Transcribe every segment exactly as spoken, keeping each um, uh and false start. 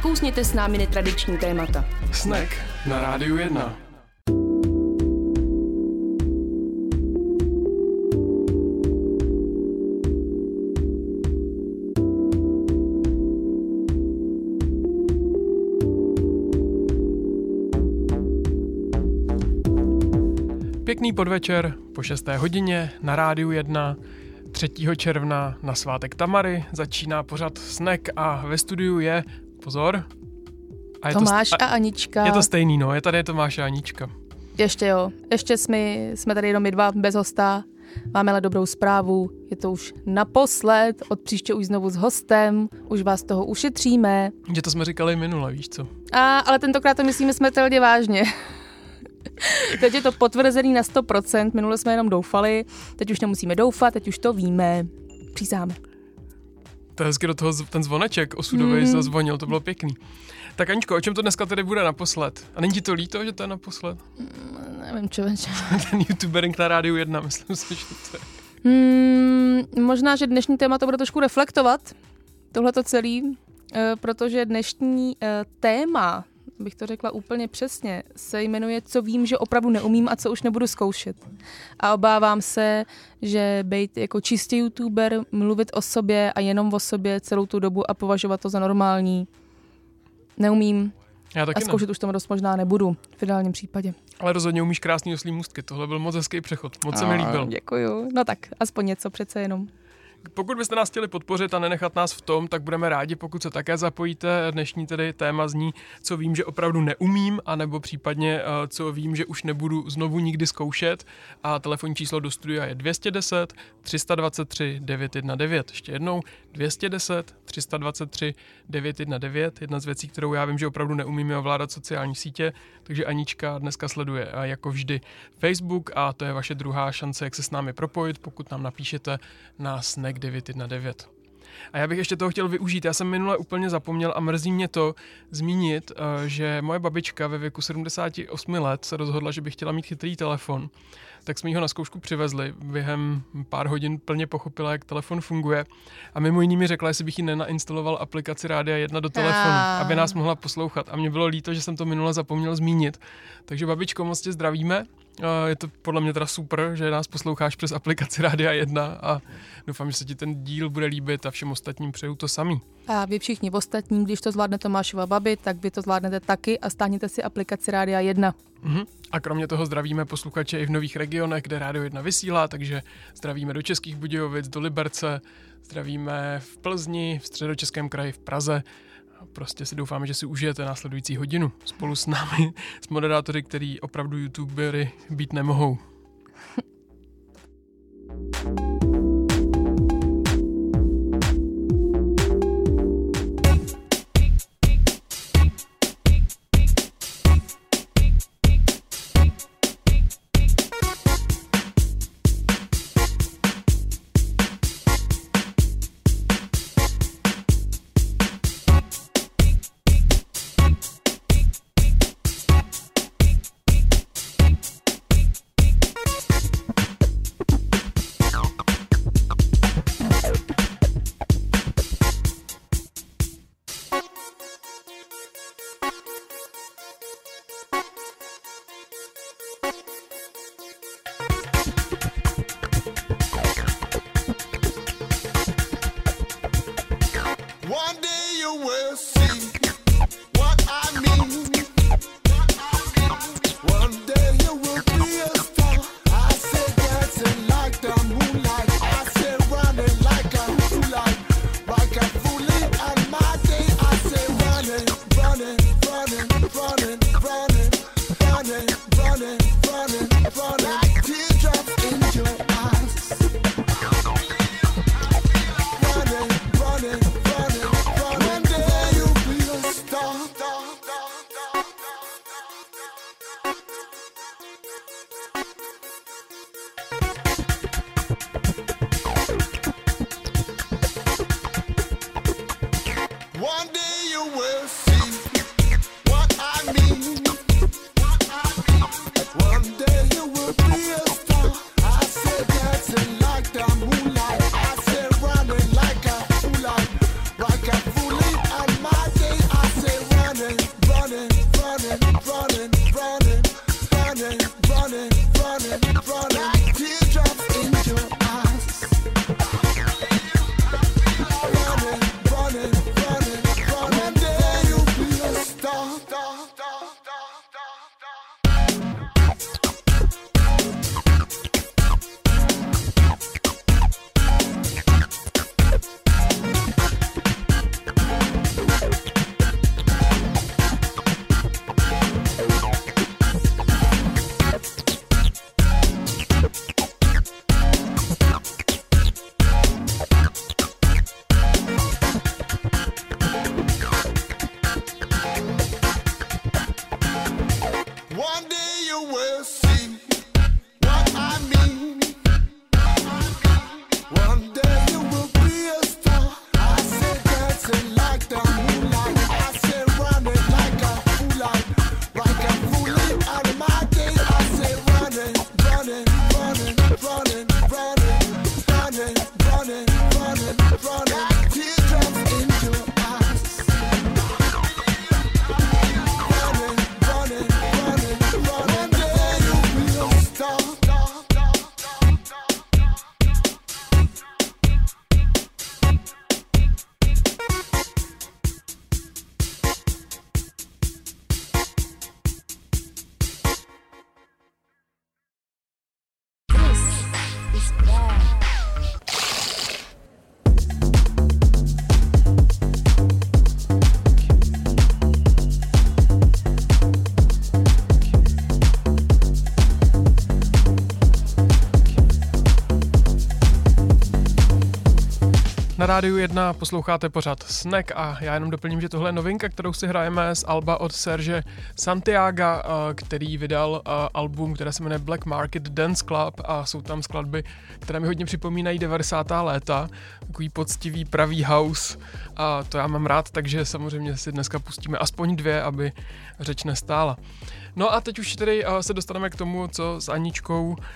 nakousněte s námi netradiční témata. Snack na Rádiu jedna. Pěkný podvečer po šesté hodině na Rádiu jedna. třetího června na svátek Tamary začíná pořad Snack a ve studiu je, pozor, a je Tomáš to st- a Anička. Je to stejný, no, je tady Tomáš a Anička. Ještě jo, ještě jsme, jsme tady jenom my dva bez hosta, máme ale dobrou zprávu, je to už naposled, od příště už znovu s hostem, už vás toho ušetříme. Že to jsme říkali minule, víš co? A, ale tentokrát to myslíme smrtelně vážně. Teď je to potvrzený na sto procent, minule jsme jenom doufali, teď už nemusíme doufat, teď už to víme. Přísáme. To je hezky do toho ten zvoneček osudový mm. zazvonil, to bylo pěkný. Tak Aničko, o čem to dneska tedy bude naposled? A není ti to líto, že to je naposled? Mm, nevím, člověče. Ten youtubering na Rádiu jedna, myslím si, že to je. Mm, možná, že dnešní téma to bude trošku reflektovat, tohleto celý, e, protože dnešní e, téma, bych to řekla úplně přesně, se jmenuje Co vím, že opravdu neumím a co už nebudu zkoušet. A obávám se, že být jako čistý youtuber, mluvit o sobě a jenom o sobě celou tu dobu a považovat to za normální, neumím. Já taky a zkoušet ne. Už to dost možná nebudu v ideálním případě. Ale rozhodně umíš krásný oslí můstky, tohle byl moc hezký přechod, moc a, se mi líbil. Děkuju, no tak, aspoň něco přece jenom. Pokud byste nás chtěli podpořit a nenechat nás v tom, tak budeme rádi, pokud se také zapojíte. Dnešní tedy téma zní, co vím, že opravdu neumím, anebo případně, co vím, že už nebudu znovu nikdy zkoušet. A telefonní číslo do studia je dvě stě deset, tři sta dvacet tři, devět set devatenáct. Ještě jednou dvě stě deset, tři sta dvacet tři, devět set devatenáct. Jedna z věcí, kterou já vím, že opravdu neumím, je ovládat sociální sítě, takže Anička dneska sleduje jako vždy Facebook a to je vaše druhá šance, jak se s námi propojit, pokud nám napíšete na snack devět set devatenáct. A já bych ještě toho chtěl využít. Já jsem minule úplně zapomněl a mrzí mě to zmínit, že moje babička ve věku sedmdesát osm let se rozhodla, že by chtěla mít chytrý telefon. Tak jsme jí ho na zkoušku přivezli. Během pár hodin plně pochopila, jak telefon funguje. A mimo jiný mi řekla, jestli bych jí nenainstaloval aplikaci Rádia jedna do telefonu, a... aby nás mohla poslouchat. A mě bylo líto, že jsem to minule zapomněl zmínit. Takže babičko, moc tě zdravíme. Je to podle mě teda super, že nás posloucháš přes aplikaci Rádia jedna a doufám, že se ti ten díl bude líbit a všem ostatním přeju to samý. A vy všichni ostatní, když to zvládne Tomášova babi, tak vy to zvládnete taky a stáhněte si aplikaci Rádia jedna. Mhm. A kromě toho zdravíme posluchače i v nových regionech, kde Rádio jedna vysílá, takže zdravíme do Českých Budějovic, do Liberce, zdravíme v Plzni, v Středočeském kraji, v Praze. Prostě si doufáme, že si užijete následující hodinu spolu s námi, s moderátory, který opravdu youtubery být nemohou. Stop. Na Rádiu jedna posloucháte pořád Snack a já jenom doplním, že tohle je novinka, kterou si hrajeme z alba od Serge Santiaga, který vydal album, které se jmenuje Black Market Dance Club a jsou tam skladby, které mi hodně připomínají devadesátá léta, takový poctivý pravý house a to já mám rád, takže samozřejmě si dneska pustíme aspoň dvě, aby řeč nestála. No a teď už tedy uh, se dostaneme k tomu, co s Aničkou uh,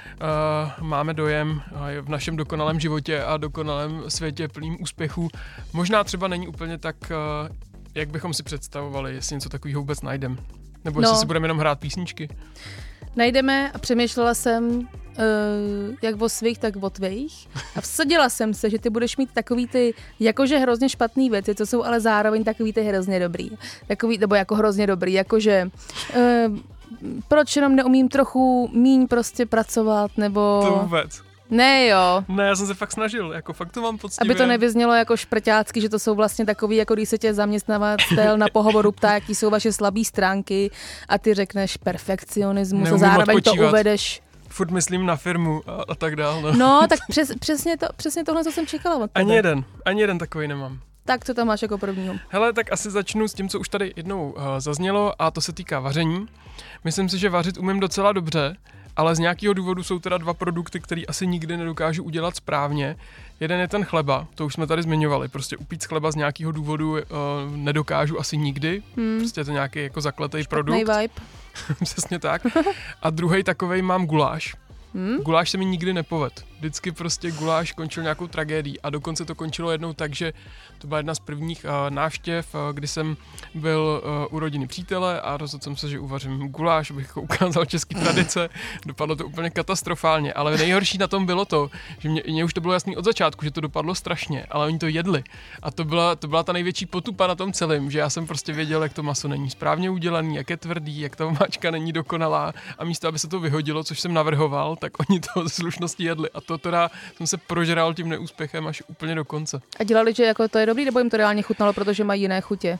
máme dojem uh, v našem dokonalém životě a dokonalém světě plným úspěchů. Možná třeba není úplně tak, uh, jak bychom si představovali, jestli něco takového vůbec najdeme. Nebo jestli no. si budeme jenom hrát písničky. Najdeme a přemýšlela jsem uh, jak o svých, tak o tvých. A vsadila jsem se, že ty budeš mít takový ty jakože hrozně špatný věci, co jsou ale zároveň takový ty hrozně dobrý. Takový, nebo jako hrozně dobrý, jakože uh, proč jenom neumím trochu míň prostě pracovat, nebo... To vůbec. Ne jo. Ne, já jsem se fakt snažil, jako fakt to mám poctivě. Aby to nevyznělo jako šprťácky, že to jsou vlastně takový, jako když se tě zaměstnavatel na pohovoru ptá, jaký jsou vaše slabý stránky a ty řekneš perfekcionismus Neumím a zároveň odpočívat. to uvedeš. Furt myslím na firmu a, a tak dál. No, no tak přes, přesně, to, přesně tohle, co jsem čekala od tebe. Ani jeden, ani jeden takový nemám. Tak co tam máš jako prvního? Hele, tak asi začnu s tím, co už tady jednou uh, zaznělo a to se týká vaření. Myslím si, že vařit umím docela dobře, ale z nějakého důvodu jsou teda dva produkty, které asi nikdy nedokážu udělat správně. Jeden je ten chleba, to už jsme tady zmiňovali, prostě upít chleba z nějakého důvodu uh, nedokážu asi nikdy, hmm. prostě je to nějaký jako zakletej produkt. Vibe. Přesně tak. A druhej takovej mám guláš. Hmm? Guláš se mi nikdy nepoved. Vždycky prostě guláš končil nějakou tragédií a dokonce to končilo jednou tak, že to byla jedna z prvních uh, návštěv, uh, kdy jsem byl uh, u rodiny přítele a rozhodl jsem se, že uvařím guláš, abych jako ukázal český tradice. Dopadlo to úplně katastrofálně, ale nejhorší na tom bylo to, že mě, mě už to bylo jasný od začátku, že to dopadlo strašně, ale oni to jedli. A to byla, to byla ta největší potupa na tom celém, že já jsem prostě věděl, jak to maso není správně udělané, jak je tvrdý, jak ta omáčka není dokonalá a místo, aby se to vyhodilo, což jsem navrhoval, tak oni to ze slušnosti jedli a to teda jsem se prožral tím neúspěchem až úplně do konce. A dělali, že jako to je dobrý, nebo jim to reálně chutnalo, protože mají jiné chutě?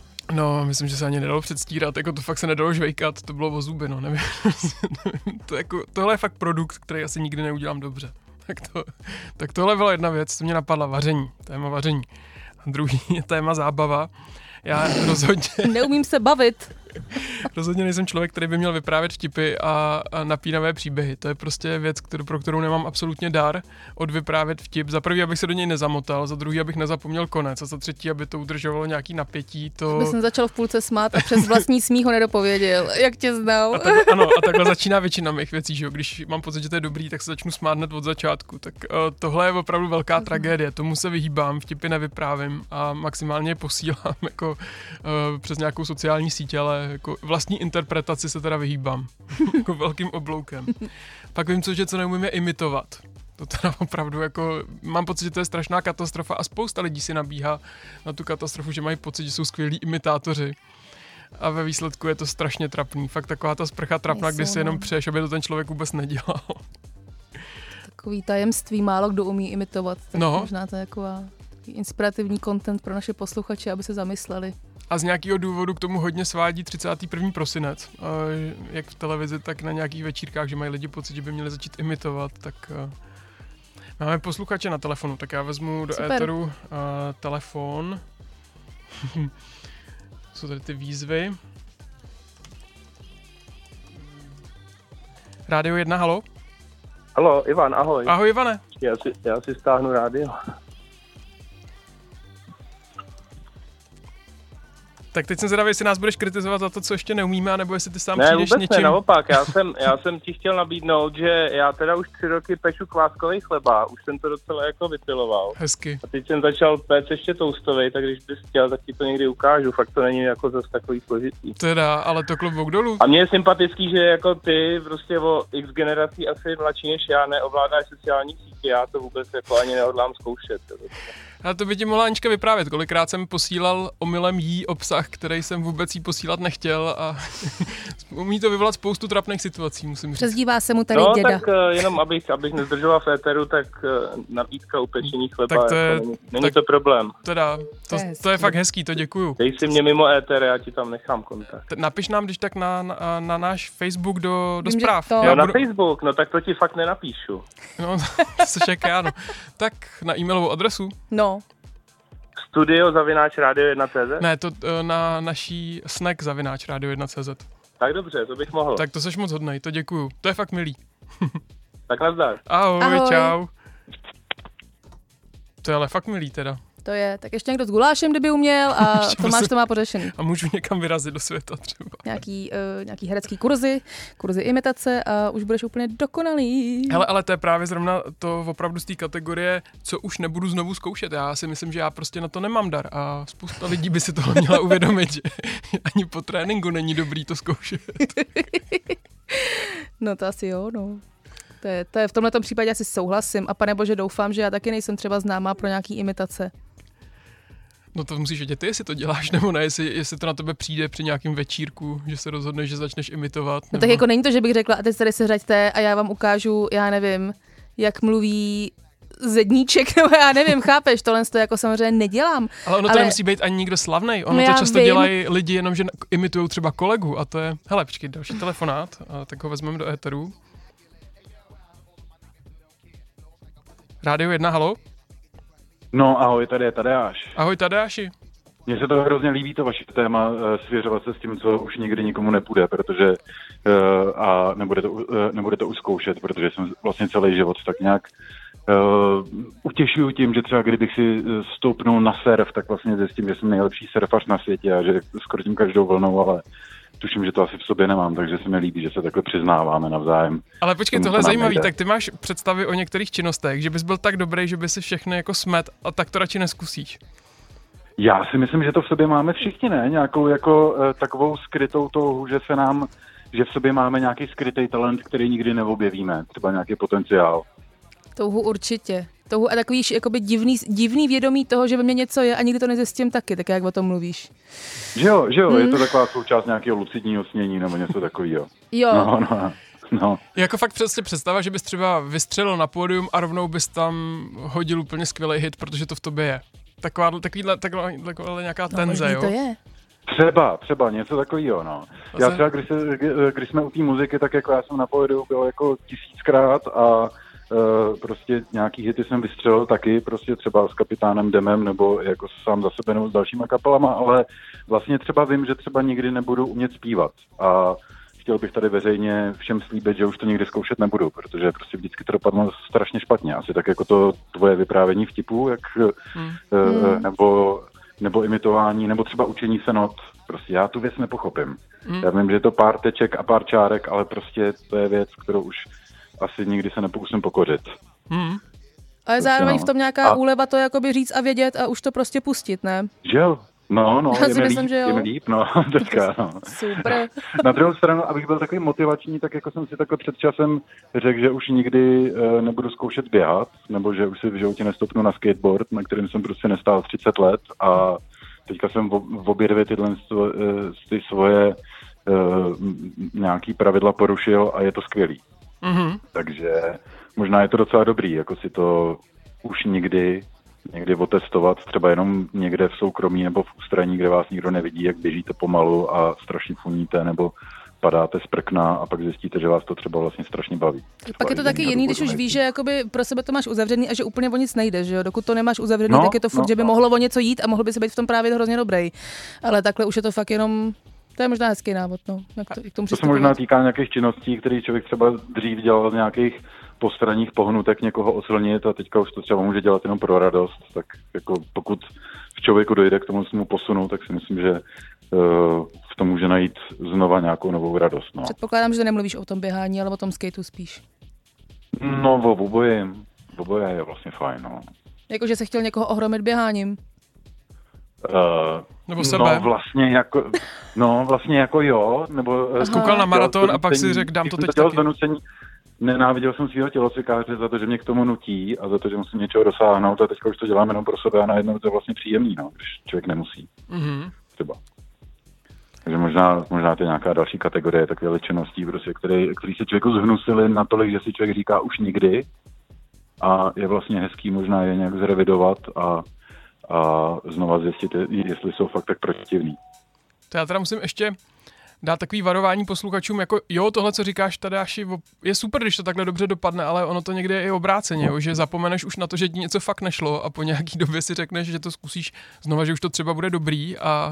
No, myslím, že se ani nedalo předstírat, jako to fakt se nedalo žvejkat, to bylo o zuby, no, nevím. to jako, tohle je fakt produkt, který asi nikdy neudělám dobře. Tak, to, tak tohle byla jedna věc, co mě napadla, vaření, téma vaření. A druhý je téma zábava. Já rozhodně... Neumím se bavit. Rozhodně nejsem člověk, který by měl vyprávět vtipy a, a napínavé příběhy. To je prostě věc, kterou, pro kterou nemám absolutně dar od vyprávět vtip. Za prvý, abych se do něj nezamotal, za druhý, abych nezapomněl konec a za třetí, aby to udržovalo nějaký napětí. To... Aby jsem začal v půlce smát a přes vlastní smích ho nedopověděl. Jak tě znal. A takhle, ano, a takhle začíná většina mých věcí, že jo. Když mám pocit, že to je dobrý, tak se začnu smát hned od začátku. Tak uh, tohle je opravdu velká tragédie. Tomu se vyhýbám, vtipy nevyprávím a maximálně je posílám jako uh, přes nějakou sociální síť, ale jako vlastní interpretaci se teda vyhýbám. Jako velkým obloukem. Pak vím, co, že co neumím je imitovat. To teda opravdu jako, mám pocit, že to je strašná katastrofa a spousta lidí si nabíhá na tu katastrofu, že mají pocit, že jsou skvělí imitátoři. A ve výsledku je to strašně trapný. Fakt taková ta sprcha trapná, kdy si jenom přeješ, aby to ten člověk vůbec nedělal. Takový tajemství, málo kdo umí imitovat. Tak no. Možná to je taková inspirativní content pro naše posluchače, aby se zamysleli. A z nějakého důvodu k tomu hodně svádí třicátý první prosinec, jak v televizi, tak na nějakých večírkách, že mají lidi pocit, že by měli začít imitovat, tak máme posluchače na telefonu, tak já vezmu do Super. éteru uh, telefon. Jsou tady ty výzvy. Rádio jedna, halo? Halo, Ivan, ahoj. Ahoj, Ivane. Já si, já si stáhnu rádio. Tak teď jsem zvědavý, jestli nás budeš kritizovat za to, co ještě neumíme, anebo jestli ty sám ne, přijdeš vůbec něčím. Ne, naopak, já jsem, já jsem ti chtěl nabídnout, že já teda už tři roky peču kváskový chleba, už jsem to docela jako vypiloval. Hezky. A teď jsem začal péct ještě toustovej, tak když bys chtěl, tak ti to někdy ukážu, fakt to není jako zase takový složitý. Teda, ale to klobouk dolů. A mně je sympatický, že jako ty prostě o x generací asi mladší než já neovládáš sociální sítě, já to vůbec jako ani nehodlám zkoušet. A to by ti mohla Anička vyprávět, kolikrát jsem posílal omylem jí obsah, který jsem vůbec jí posílat nechtěl a umí to vyvolat spoustu trapných situací, musím říct. Přezdívá se mu tady no, děda. No tak uh, jenom abych, abych nezdržoval v éteru, tak uh, nabídka upečení chleba, tak to je, jako, není, není tak, to problém. Teda, to, to, je, to je fakt hezký, to děkuju. Dej si mě mimo éter, já ti tam nechám kontakt. Napiš nám když tak na, na, na náš Facebook do, do Vím, zpráv. to... Jo, já na budu... Facebook, no tak to ti fakt nenapíšu. No, to se čeká, no. Tak na e-mailovou adresu. No. studio zavináč radio jedna tečka cé zet? Ne, to na naší snack zavináč radio jedna tečka cé zet. Tak dobře, to bych mohl. Tak to seš moc hodnej, to děkuju. To je fakt milý. Tak nazdar. Ahoj, Ahoj. čau. To je ale fakt milý teda. To je, tak ještě někdo s gulášem, kdyby uměl a Tomáš to má pořešený. A můžu někam vyrazit do světa třeba. Nějaký, uh, nějaký herecký kurzy, kurzy imitace a už budeš úplně dokonalý. Hele, ale to je právě zrovna to opravdu z té kategorie, co už nebudu znovu zkoušet. Já si myslím, že já prostě na to nemám dar a spousta lidí by si toho měla uvědomit, že ani po tréninku není dobrý to zkoušet. No to asi jo, no. To je, to je v tomhletom případě asi souhlasím a panebože doufám, že já taky nejsem třeba známá pro nějaký imitace. No to musíš vědět ty, jestli to děláš, nebo ne, jestli, jestli to na tebe přijde při nějakém večírku, že se rozhodneš, že začneš imitovat. No nebo... tak jako není to, že bych řekla, a teď tady se řaďte a já vám ukážu, já nevím, jak mluví zedníček, nebo já nevím, chápeš, tohle to jako samozřejmě nedělám. Ale ono to ale... nemusí být ani nikdo slavnej, ono No to já často vím. dělají lidi jenom, že imitujou třeba kolegu a to je, hele, počkej, další telefonát, a tak ho vezmeme do éteru. Rádio jedna, halo? No ahoj, tady je Tadeáš. Ahoj Tadeáši. Mně se to hrozně líbí, to vaše téma, svěřovat se s tím, co už nikdy nikomu nepůjde, protože a nebude to, nebude to uskoušet, protože jsem vlastně celý život tak nějak uh, utěšuju tím, že třeba kdybych si stoupnul na surf, tak vlastně zjistím, že jsem nejlepší surfař na světě a že skoro tím každou vlnou, ale tuším, že to asi v sobě nemám, takže se mi líbí, že se takhle přiznáváme navzájem. Ale počkej, Tomu, tohle je co nám zajímavý, nejde. tak ty máš představy o některých činnostech, že bys byl tak dobrý, že by si všechny jako smet a tak to radši neskusíš. Já si myslím, že to v sobě máme všichni, ne? Nějakou jako uh, takovou skrytou touhu, že se nám, že v sobě máme nějaký skrytý talent, který nikdy neobjevíme, třeba nějaký potenciál. Touhu určitě. Touhu a takový jakoby divný, divný vědomí toho, že ve mně něco je a nikdy to nezjistím taky, tak jak o tom mluvíš. Že jo, že jo, Hmm. je to taková součást nějakého lucidního snění nebo něco takového. Jo. No, no, no. Jako fakt přesně představa, že bys třeba vystřelil na pódium a rovnou bys tam hodil úplně skvělý hit, protože to v tobě je. Taková, takovýhle, taková, taková nějaká No, tenze, možný jo? to je. Třeba, třeba něco takového, no. Já Zase- třeba, když, se, když jsme u té muziky, tak jako já jsem na pódiu byl jako tisíckrát a Uh, prostě nějaký hity jsem vystřelil taky, prostě třeba s Kapitánem Demem nebo jako sám za sebe nebo s dalšíma kapelama, ale vlastně třeba vím, že třeba nikdy nebudu umět zpívat a chtěl bych tady veřejně všem slíbit, že už to nikdy zkoušet nebudu, protože prostě vždycky to dopadlo strašně špatně. Asi tak jako to tvoje vyprávění vtipů, jak, Hmm. uh, nebo, nebo imitování, nebo třeba učení se not. Prostě já tu věc nepochopím. Hmm. Já vím, že je to pár teček a pár čárek, ale prostě to je věc, kterou už asi nikdy se nepokusím pokořit. Hmm. Ale zároveň no. v tom nějaká A- úleva to jakoby říct a vědět a už to prostě pustit, ne? Že jo? No, no, Já je si mi myslím, líp, že jo. je mi líp, no, teďka, no. Super. Na druhou stranu, abych byl takový motivační, tak jako jsem si takhle před časem řekl, že už nikdy uh, nebudu zkoušet běhat, nebo že už si v životě nestoupnu na skateboard, na kterém jsem prostě nestál třicet let a teďka jsem v, v obě dvě tyhle uh, ty svoje uh, nějaký pravidla porušil a je to skvělý. Mm-hmm. Takže možná je to docela dobrý, jako si to už nikdy někdy otestovat, třeba jenom někde v soukromí nebo v ústraní, kde vás nikdo nevidí, jak běžíte pomalu a strašně funíte, nebo padáte z prkna a pak zjistíte, že vás to třeba vlastně strašně baví. Pak je to taky jiný, když už víš, že jakoby pro sebe to máš uzavřený a že úplně o nic nejde, že jo? Dokud to nemáš uzavřený, No, tak je to furt, no, že by no. mohlo o něco jít a mohl by se být v tom právě hrozně dobrý. Ale takhle už je to fakt jenom, to je možná hezký návod, no. Jak to, jak tomu To se možná týká nějakých činností, které člověk třeba dřív dělal z nějakých postranních pohnutek někoho oslnit a teďka už to třeba může dělat jenom pro radost, tak jako pokud v člověku dojde k tomu svému posunu, tak si myslím, že uh, v tom může najít znova nějakou novou radost. No, Předpokládám, že nemluvíš o tom běhání, ale o tom skateu spíš. no o oboje, oboje je vlastně fajn, no. Jakože se chtěl někoho ohromit běháním. Uh, Nebo sebe. No vlastně jako, no vlastně jako jo, nebo... Aha. Koukal na maraton dělal a pak si donucení- řekl, dám když to jsem teď dělal taky. z donucení, nenáviděl jsem svého tělocvikáře za to, že mě k tomu nutí a za to, že musím něčeho dosáhnout a teďka už to dělám jenom pro sebe a najednou to je vlastně příjemný, no, když člověk nemusí. Mm-hmm. Třeba. Takže možná, možná to je nějaká další kategorie takové činností, prostě, který, který se člověku zhnusili natolik, že si člověk říká už nikdy a je vlastně hezký možná je nějak zrevidovat a, a znova zjistit, jestli jsou fakt tak protivný. To já teda musím ještě dát takový varování posluchačům, jako jo, tohle, co říkáš, Tadeáši, je super, když to takhle dobře dopadne, ale ono to někdy je i obráceně, jo, že zapomeneš už na to, že ti něco fakt nešlo a po nějaký době si řekneš, že to zkusíš znova, že už to třeba bude dobrý a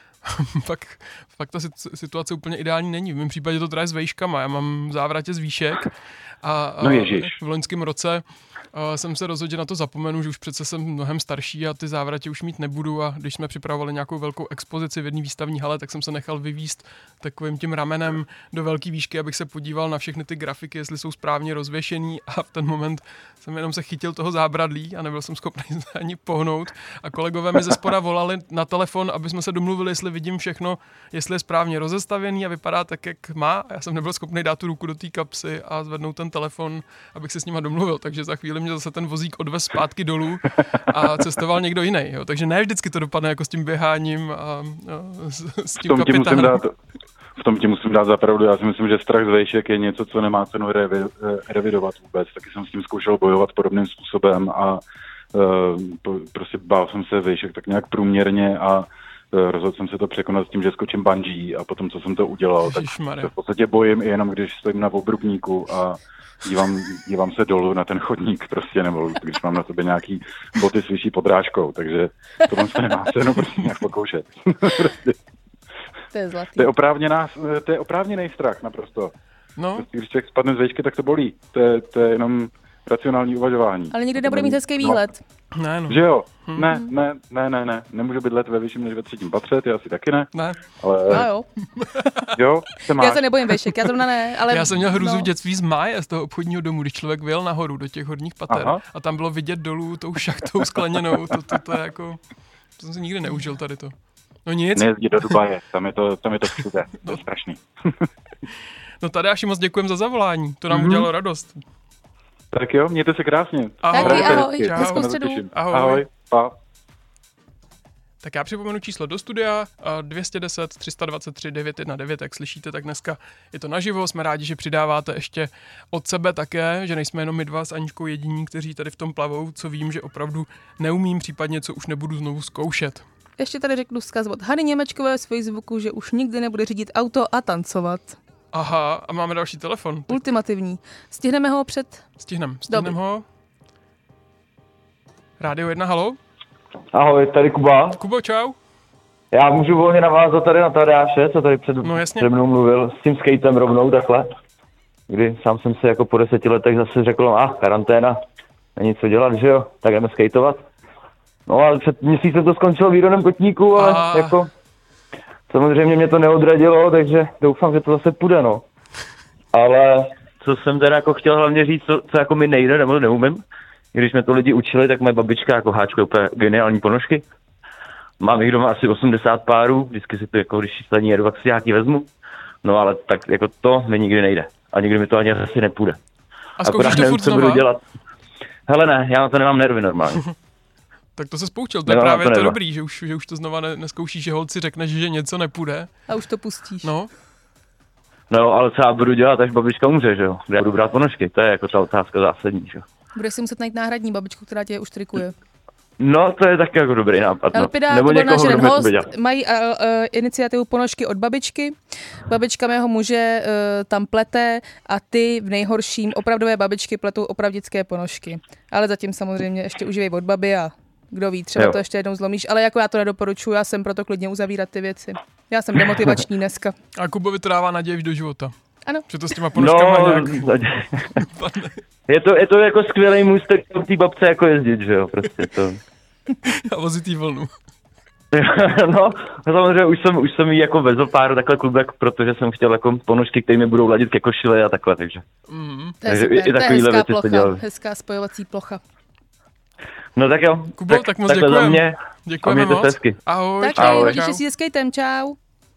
pak, pak ta situace úplně ideální není. V mém případě to teda je s vejškama. Já mám v závratě z výšek a, a no v loňském roce uh, jsem se rozhodl, že na to zapomenu, že už přece jsem mnohem starší a ty závratě už mít nebudu a když jsme připravovali nějakou velkou expozici v jedné výstavní hale, tak jsem se nechal vyvízt takovým tím ramenem do velké výšky, abych se podíval na všechny ty grafiky, jestli jsou správně rozvěšený a v ten moment jsem jenom se chytil toho zábradlí a nebyl jsem schopný ani pohnout a kolegové mi ze spoda volali na telefon, aby jsme se domluvili, jestli vidím všechno, jestli je správně rozestavěný a vypadá tak, jak má. A já jsem nebyl schopný dát tu ruku do té kapsy a zvednout ten telefon, abych se s nima domluvil. Takže za chvíli mě zase ten vozík odvez zpátky dolů a cestoval někdo jiný. Jo. Takže ne vždycky to dopadne jako s tím běháním a, a s, s tím kapitánem. V tom ti musím dát zapravdu. Já si myslím, že strach z vejšek je něco, co nemá cenu revi, revidovat vůbec. Taky jsem s tím zkoušel bojovat podobným způsobem a uh, po, prostě bál jsem se vejšek tak nějak průměrně a uh, rozhodl jsem se to překonat s tím, že skočím bungee a potom, co jsem to udělal, tak se v podstatě bojím i jenom, když stojím na obrubníku a dívám, dívám se dolů na ten chodník prostě, nebo když mám na sobě nějaký boty s vyšší podrážkou, takže tohle se nemá cenu prostě nějak pokoušet. prostě. To je zlatý. To je oprávněná, to je oprávněný strach naprosto. No. Prostě, když člověk spadne z vejšky, tak to bolí. To je, to je jenom racionální uvažování. Ale nikdy nebude mít hezký výhled. No. Ne, no. Že jo? Hmm. Ne, ne, ne, ne, ne. Nemůžu bydlet ve vyšším než ve třetím patře, ty asi taky ne. Ne. Ale... A jo. Jo, se máš. Já se nebojím vejšek, já zrovna ne, ale... Já jsem měl hrůzu no. v dětství z máje, z toho obchodního domu, když člověk vyjel nahoru do těch horních pater. Aha. A tam bylo vidět dolů tou šachtou skleněnou, to, to, to je jako... To jsem si nikdy neužil tady to. No nic. Nejezdí do Dubaje, tam je to, tam je to všude, to je strašný. No Tadeáši, moc děkujeme za zavolání, to nám mm-hmm. udělalo radost. Tak jo, mějte se krásně. Ahoj. Taky, ahoj, hezkou středu. Ahoj. Ahoj, pa. Tak já připomenu číslo do studia dvě stě deset, tři sta dvacet tři, devět set jedenáct, jak slyšíte, tak dneska je to naživo, jsme rádi, že přidáváte ještě od sebe také, že nejsme jenom my dva s Aničkou jediní, kteří tady v tom plavou, co vím, že opravdu neumím, případně co už nebudu znovu zkoušet. Ještě tady řeknu vzkaz od Hany Němečkové z Facebooku, že už nikdy nebude řídit auto a tancovat. Aha, a máme další telefon. Tak... Ultimativní. Stihneme ho před... Stihnem, stihnem ho. Rádio jedna, halo? Ahoj, tady Kuba. Kubo, čau. Já můžu volně navázat tady na Tadeáše, co tady před, no, před mnou mluvil, s tím skatem rovnou takhle. Kdy sám jsem si jako po deseti letech zase řekl, a ah, karanténa, není co dělat, že jo, tak jdeme skateovat. No ale před měsícem to skončilo výronem kotníku, ale a... jako samozřejmě mě to neodradilo, takže doufám, že to zase půjde, no. Ale co jsem teda jako chtěl hlavně říct, co, co jako mi nejde, nebo neumím, když jsme to lidi učili, tak moje babička jako háčkuje úplně geniální ponožky. Mám jich doma asi osmdesát párů, vždycky si to jako, když za ní jedu, tak si nějaký vezmu. No ale tak jako to mi nikdy nejde. A nikdy mi to ani asi nepůjde. A zkoušíš to furt co budu dělat. Hele ne, já na to nemám nervy normálně. Tak to se spoučil, to je právě to, to dobrý, že už, že už to znova ne, neskoušíš, že holci řekneš, že něco nepůjde. A už to pustíš. No. No, ale co já budu dělat, až babička umře, že jo? Kde já budu brát ponožky, to je jako ta otázka zásadní, že jo? Budeš si muset najít náhradní babičku, která tě už trikuje. No, to je taky jako dobrý nápad. No. Elpida, nebo to byl náš jeden host, mají uh, uh, iniciativu Ponožky od babičky. Babička mého muže uh, tam plete a ty v nejhorším opravdové babičky pletou opravdické ponožky. Ale zatím samozřejmě ještě užívej od baby a kdo ví, třeba jo. to ještě jednou zlomíš, ale jako já to nedoporučuji, já jsem proto klidně uzavírat ty věci. Já jsem demotivační dneska. A Kubovi to dává naději do života. Ano. Že to s těma ponožkama no, nějak... je, to, je to jako skvělý můstek v té babce jako jezdit, že jo, prostě to. A vozitý vlnu. No, samozřejmě už jsem, už jsem jí jako vezl pár takhle klubek, protože jsem chtěl jako ponožky, které mi budou ladit ke košile a takhle, takže. Mm. To je super, i, i to je hezká plocha, hezká spojovací plocha. No tak jo. Kubo, tak, tak moc děkujeme. Děkujeme moc. Hezky. Ahoj. Tak ahoj, hodíš si se skatem, čau.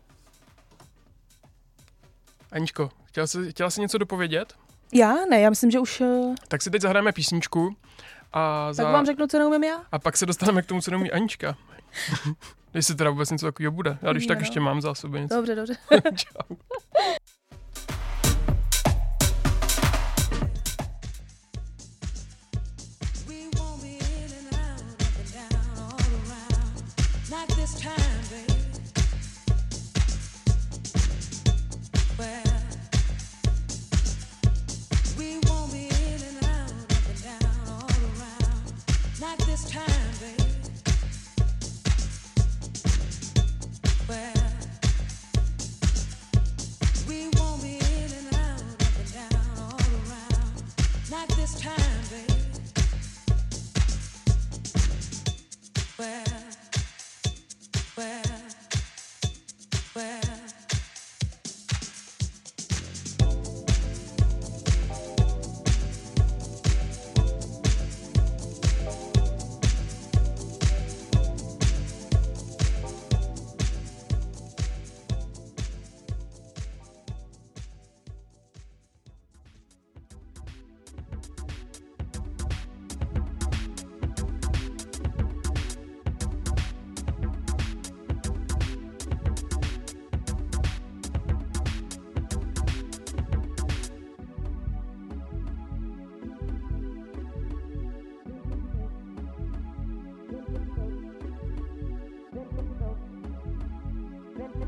Aničko, chtěla jsi, chtěla jsi něco dopovědět? Já? Ne, já myslím, že už... Tak si teď zahrajeme písničku. A za... Tak vám řeknu, co neumím já. A pak se dostaneme k tomu, co neumí Anička. Když si teda vůbec něco takového bude. Já když no. tak ještě mám zásoby něco. Dobře, dobře. Čau.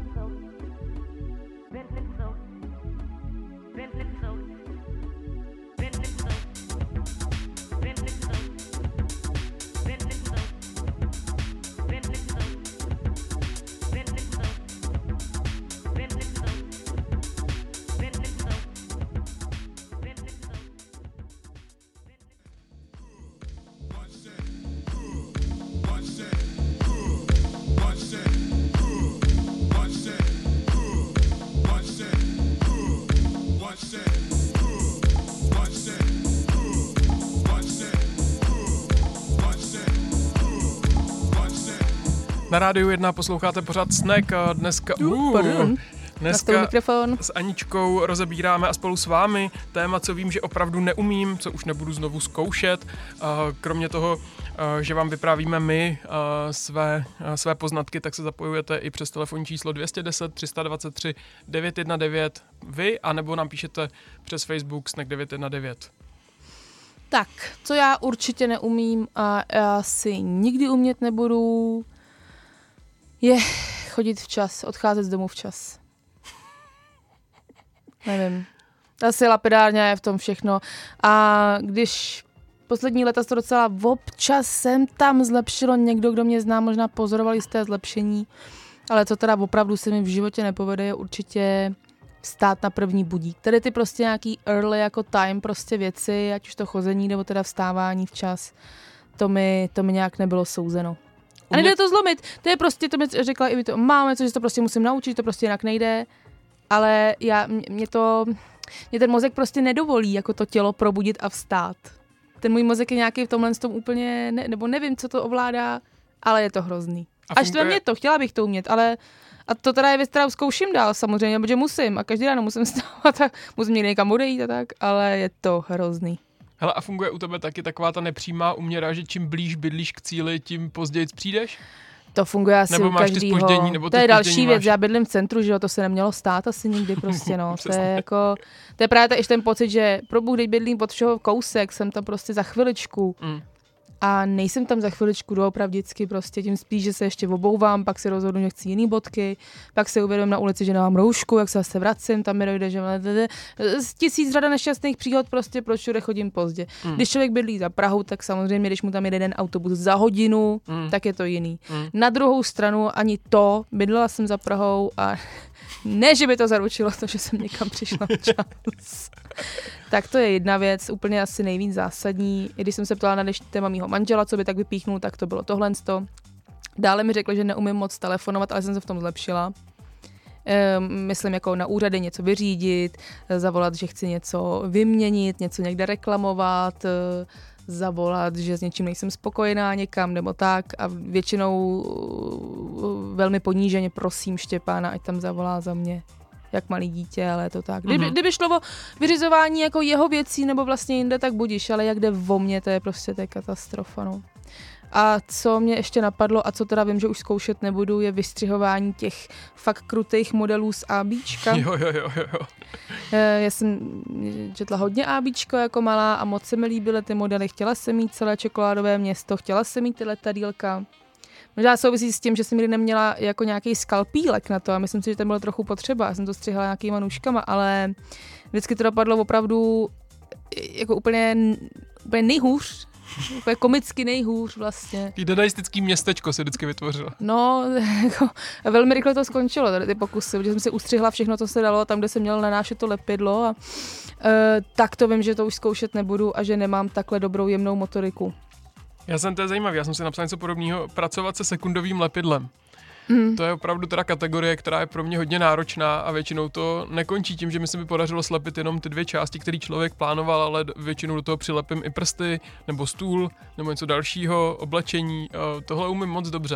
Na Rádiu jedna posloucháte pořád Snack a dneska... Uh, Pardon. Dneska s Aničkou rozebíráme a spolu s vámi téma, co vím, že opravdu neumím, co už nebudu znovu zkoušet. Kromě toho, že vám vyprávíme my své, své poznatky, tak se zapojujete i přes telefonní číslo dvě stě deset tři sta dvacet tři devět jedna devět vy, anebo nám píšete přes Facebook Snack devět jedna devět. Tak, co já určitě neumím a já si nikdy umět nebudu, je chodit včas, odcházet z domu včas. Nevím. Asi lapidárně je v tom všechno. A když poslední léta to docela občas jsem tam zlepšilo, někdo, kdo mě zná, možná pozorovali z té zlepšení, ale co teda opravdu se mi v životě nepovede, je určitě vstát na první budík. Tady ty prostě nějaký early jako time prostě věci, ať už to chození nebo teda vstávání včas, to mi, to mi nějak nebylo souzeno. A nejde to zlomit. To je prostě, to mi řekla i to máme, což to prostě musím naučit, to prostě jinak nejde. Ale já, mě to, mě ten mozek prostě nedovolí jako to tělo probudit a vstát. Ten můj mozek je nějaký v tomhle tom úplně, ne, nebo nevím, co to ovládá, ale je to hrozný. A, a štve mě to, chtěla bych to umět, ale a to teda je věc, kterou zkouším dál samozřejmě, protože musím a každý ráno musím vstávat a musím někde někam odejít a tak, ale je to hrozný. Hele, a funguje u tebe taky taková ta nepřímá úměra, že čím blíž bydlíš k cíli, tím později přijdeš? To funguje asi nebo u máš každýho. Ty zpoždění, nebo ty to je další věc, máš... já bydlím v centru, že jo, to se nemělo stát asi nikdy prostě, no. to je jako, to je právě ještě ten pocit, že pro Bůh, když bydlím pod všeho kousek, jsem tam prostě za chviličku. Mm. A nejsem tam za chviličku doopravdicky, prostě tím spíš, že se ještě obouvám, pak si rozhodnu, že chci jiný bodky, pak se uvědomím na ulici, že nemám roušku, jak se zase vracím, tam mi dojde, že z tisíc řada nešťastných příhod prostě, proč všude chodím pozdě. Mm. Když člověk bydlí za Prahou, tak samozřejmě, když mu tam jede jeden autobus za hodinu, mm. tak je to jiný. Mm. Na druhou stranu ani to, bydlela jsem za Prahou a ne, že by to zaručilo to, že jsem někam přišla včas. Tak to je jedna věc, úplně asi nejvíc zásadní. I když jsem se ptala na dnešní téma mýho manžela, co by tak vypíchnul, tak to bylo tohle. Dále mi řekl, že neumím moc telefonovat, ale jsem se v tom zlepšila. Ehm, myslím jako na úřady něco vyřídit, zavolat, že chci něco vyměnit, něco někde reklamovat, zavolat, že s něčím nejsem spokojená někam nebo tak a většinou velmi poníženě prosím Štěpána, ať tam zavolá za mě. Jak malý dítě, ale je to tak. Kdyby, mm-hmm. kdyby šlo o vyřizování jako jeho věcí nebo vlastně jinde, tak budiš, ale jak jde o mě, to je prostě to je katastrofa. No. A co mě ještě napadlo a co teda vím, že už zkoušet nebudu, je vystřihování těch fakt krutých modelů z ABčka. Jo, jo, jo, jo. Já jsem četla hodně ABčko jako malá a moc se mi líbily ty modely. Chtěla jsem mít celé čokoládové město, chtěla jsem mít ty letadýlka. Možná souvisí s tím, že jsem nikdy neměla jako nějaký skalpílek na to a myslím si, že to bylo trochu potřeba. Já jsem to střihla nějakýma nůžkama, ale vždycky to dopadlo opravdu jako úplně, úplně nejhůř. Úplně komicky nejhůř vlastně. Tý dadaistický městečko se vždycky vytvořilo. No, jako, velmi rychle to skončilo, tady ty pokusy, protože jsem si ustřihla všechno, co se dalo, tam, kde jsem měla nanášet to lepidlo a e, tak to vím, že to už zkoušet nebudu a že nemám takhle dobrou jemnou motoriku. Já jsem to je zajímavý, já jsem si napsal něco podobného, pracovat se sekundovým lepidlem. Mm. To je opravdu teda kategorie, která je pro mě hodně náročná a většinou to nekončí tím, že mi se mi podařilo slepit jenom ty dvě části, které člověk plánoval, ale většinou do toho přilepím i prsty, nebo stůl, nebo něco dalšího, oblečení. Tohle umím moc dobře.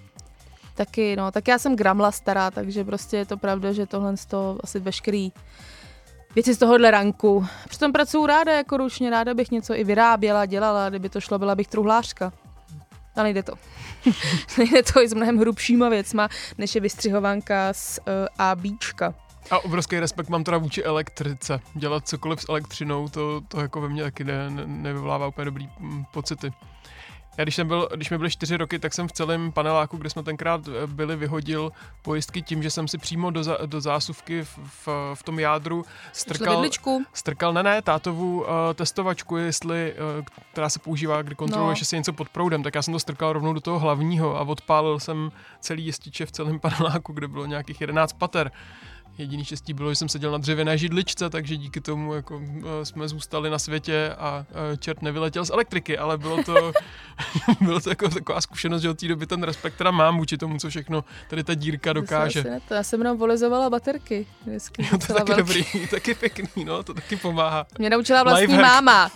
Taky, no, tak já jsem gramla stará, takže prostě je to pravda, že tohle z toho asi veškerý věci z tohohle ranku. Přitom pracuju ráda jako ručně, ráda bych něco i vyráběla, dělala, kdyby to šlo, byla bych truhlářka. A nejde to. nejde to i s mnohem hrubšíma věcma, než je vystřihovanka z uh, ABčka. A obrovský respekt mám teda vůči elektrice. Dělat cokoliv s elektřinou, to, to jako ve mně taky ne, ne, nevyvolává úplně dobrý m, pocity. Já když jsem byl, když mi byly čtyři roky, tak jsem v celém paneláku, kde jsme tenkrát byli, vyhodil pojistky tím, že jsem si přímo do, za, do zásuvky v, v, v tom jádru strkal, strkal ne, ne, tátovu uh, testovačku, jestli, uh, která se používá, kdy kontroluješ, no. jestli něco pod proudem, tak já jsem to strkal rovnou do toho hlavního a odpálil jsem celý jističe v celém paneláku, kde bylo nějakých jedenáct pater. Jediný štěstí bylo, že jsem seděl na dřevěné židličce, takže díky tomu jako, uh, jsme zůstali na světě a uh, čert nevyletěl z elektriky, ale bylo to, bylo to jako taková zkušenost, že od té doby ten respekt teda mám vůči tomu, co všechno tady ta dírka dokáže. To já jsem jenom volizovala baterky. Vždycky, jo, to je taky velký. Dobrý, taky pěkný, no, to taky pomáhá. Mě naučila vlastní máma.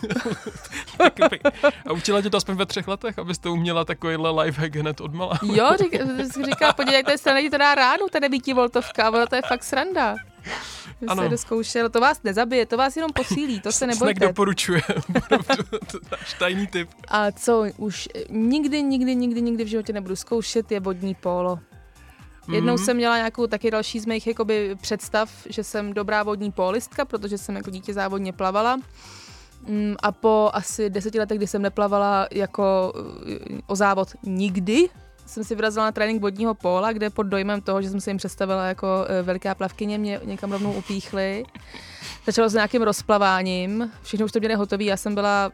A učila tě to aspoň ve třech letech, abyste uměla takovýhle lifehack hned odmala. Jo, říká, říká, podívej, jak to je strana, ti to dá ránu, ta devítivoltovka, ono to je fakt sranda. Ano. Se doskoušel, to vás nezabije, to vás jenom posílí, to se nebojte. Snack doporučuje, to náš tajný tip. A co už nikdy, nikdy, nikdy, nikdy v životě nebudu zkoušet, je vodní pólo. Jednou mm-hmm. jsem měla nějakou taky další z mých jakoby, představ, že jsem dobrá vodní pólistka, protože jsem jako dítě závodně plavala. A po asi deseti letech, kdy jsem neplavala jako o závod nikdy, jsem si vyrazila na trénink vodního póla, kde pod dojmem toho, že jsem se jim představila jako veliká plavkyně, mě někam rovnou upíchli. Začalo s nějakým rozplaváním, všechno už to měli hotový, já jsem byla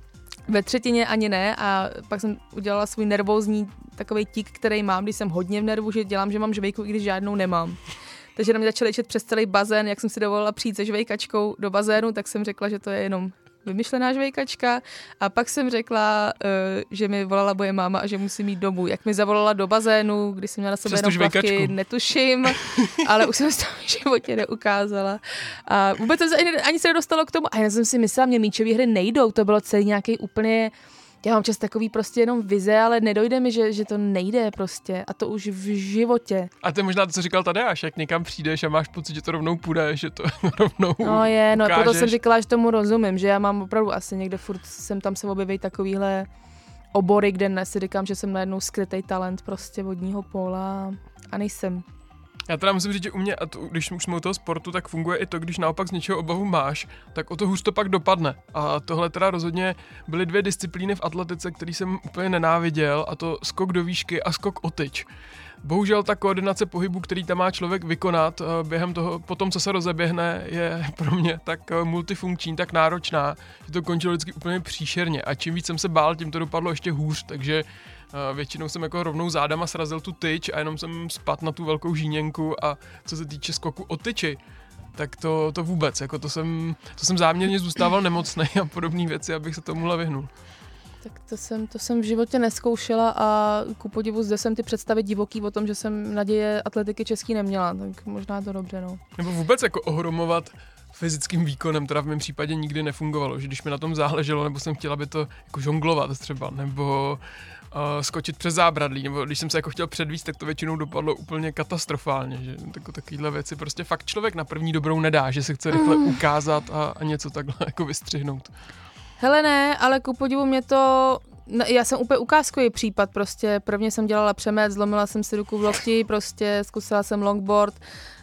ve třetině ani ne a pak jsem udělala svůj nervózní takovej tik, který mám, když jsem hodně v nervu, že dělám, že mám žvejku, i když žádnou nemám. Takže na mě začaly čet přes celý bazén, jak jsem si dovolila přijít se žvejkačkou do bazénu, tak jsem řekla, že to je jenom vymyšlená žvejkačka a pak jsem řekla, uh, že mi volala moje máma a že musím jít domů. Jak mi zavolala do bazénu, když jsem měla na sebe jenom plavky, netuším, ale už jsem se to v životě neukázala. A vůbec jsem se ani, ani se nedostalo k tomu a já jsem si myslela, mě míčové hry nejdou, to bylo celý nějaký úplně, já mám čas takový prostě jenom vize, ale nedojde mi, že, že to nejde prostě a to už v životě. A to je možná to, co říkal Tadeáš, jak někam přijdeš a máš pocit, že to rovnou půjde, že to rovnou No je, no ukážeš. Proto jsem říkala, že tomu rozumím, že já mám opravdu asi někde furt sem tam se objeví takovýhle obory, kde si říkám, že jsem najednou skrytej talent prostě vodního póla a nejsem. Já teda musím říct, že u mě, a to, když už jsme u toho sportu, tak funguje i to, když naopak z něčeho obavu máš, tak o to hůř to pak dopadne. A tohle teda rozhodně byly dvě disciplíny v atletice, které jsem úplně nenáviděl, a to skok do výšky a skok o tyč. Bohužel ta koordinace pohybu, který tam má člověk vykonat během toho, po tom, co se rozeběhne, je pro mě tak multifunkční, tak náročná, že to končilo vždycky úplně příšerně. A čím víc jsem se bál, tím to dopadlo ještě hůř, takže většinou jsem jako rovnou zádama srazil tu tyč a jenom jsem spadl na tu velkou žíněnku a co se týče skoku o tyči, tak to, to vůbec, jako to jsem, to jsem záměrně zůstával nemocnej a podobné věci, abych se tomuhle vyhnul. Tak to jsem, to jsem v životě neskoušela a ku podivu zde jsem ty představy divoký o tom, že jsem naděje atletiky český neměla, tak možná to dobře, no. Nebo vůbec jako ohromovat fyzickým výkonem, teda v mém případě nikdy nefungovalo, že když mi na tom záleželo, nebo jsem chtěla, aby to jako žonglovat třeba, nebo uh, skočit přes zábradlí, nebo když jsem se jako chtěl předvíst, tak to většinou dopadlo úplně katastrofálně, že tako, takovýhle věci prostě fakt člověk na první dobrou nedá, že se chce rychle ukázat a, a něco takhle jako vystřihnout. Hele ne, ale ku podivu mě to, já jsem úplně ukázkový případ, prostě prvně jsem dělala přemet, zlomila jsem si ruku v lokti, prostě zkusila jsem longboard,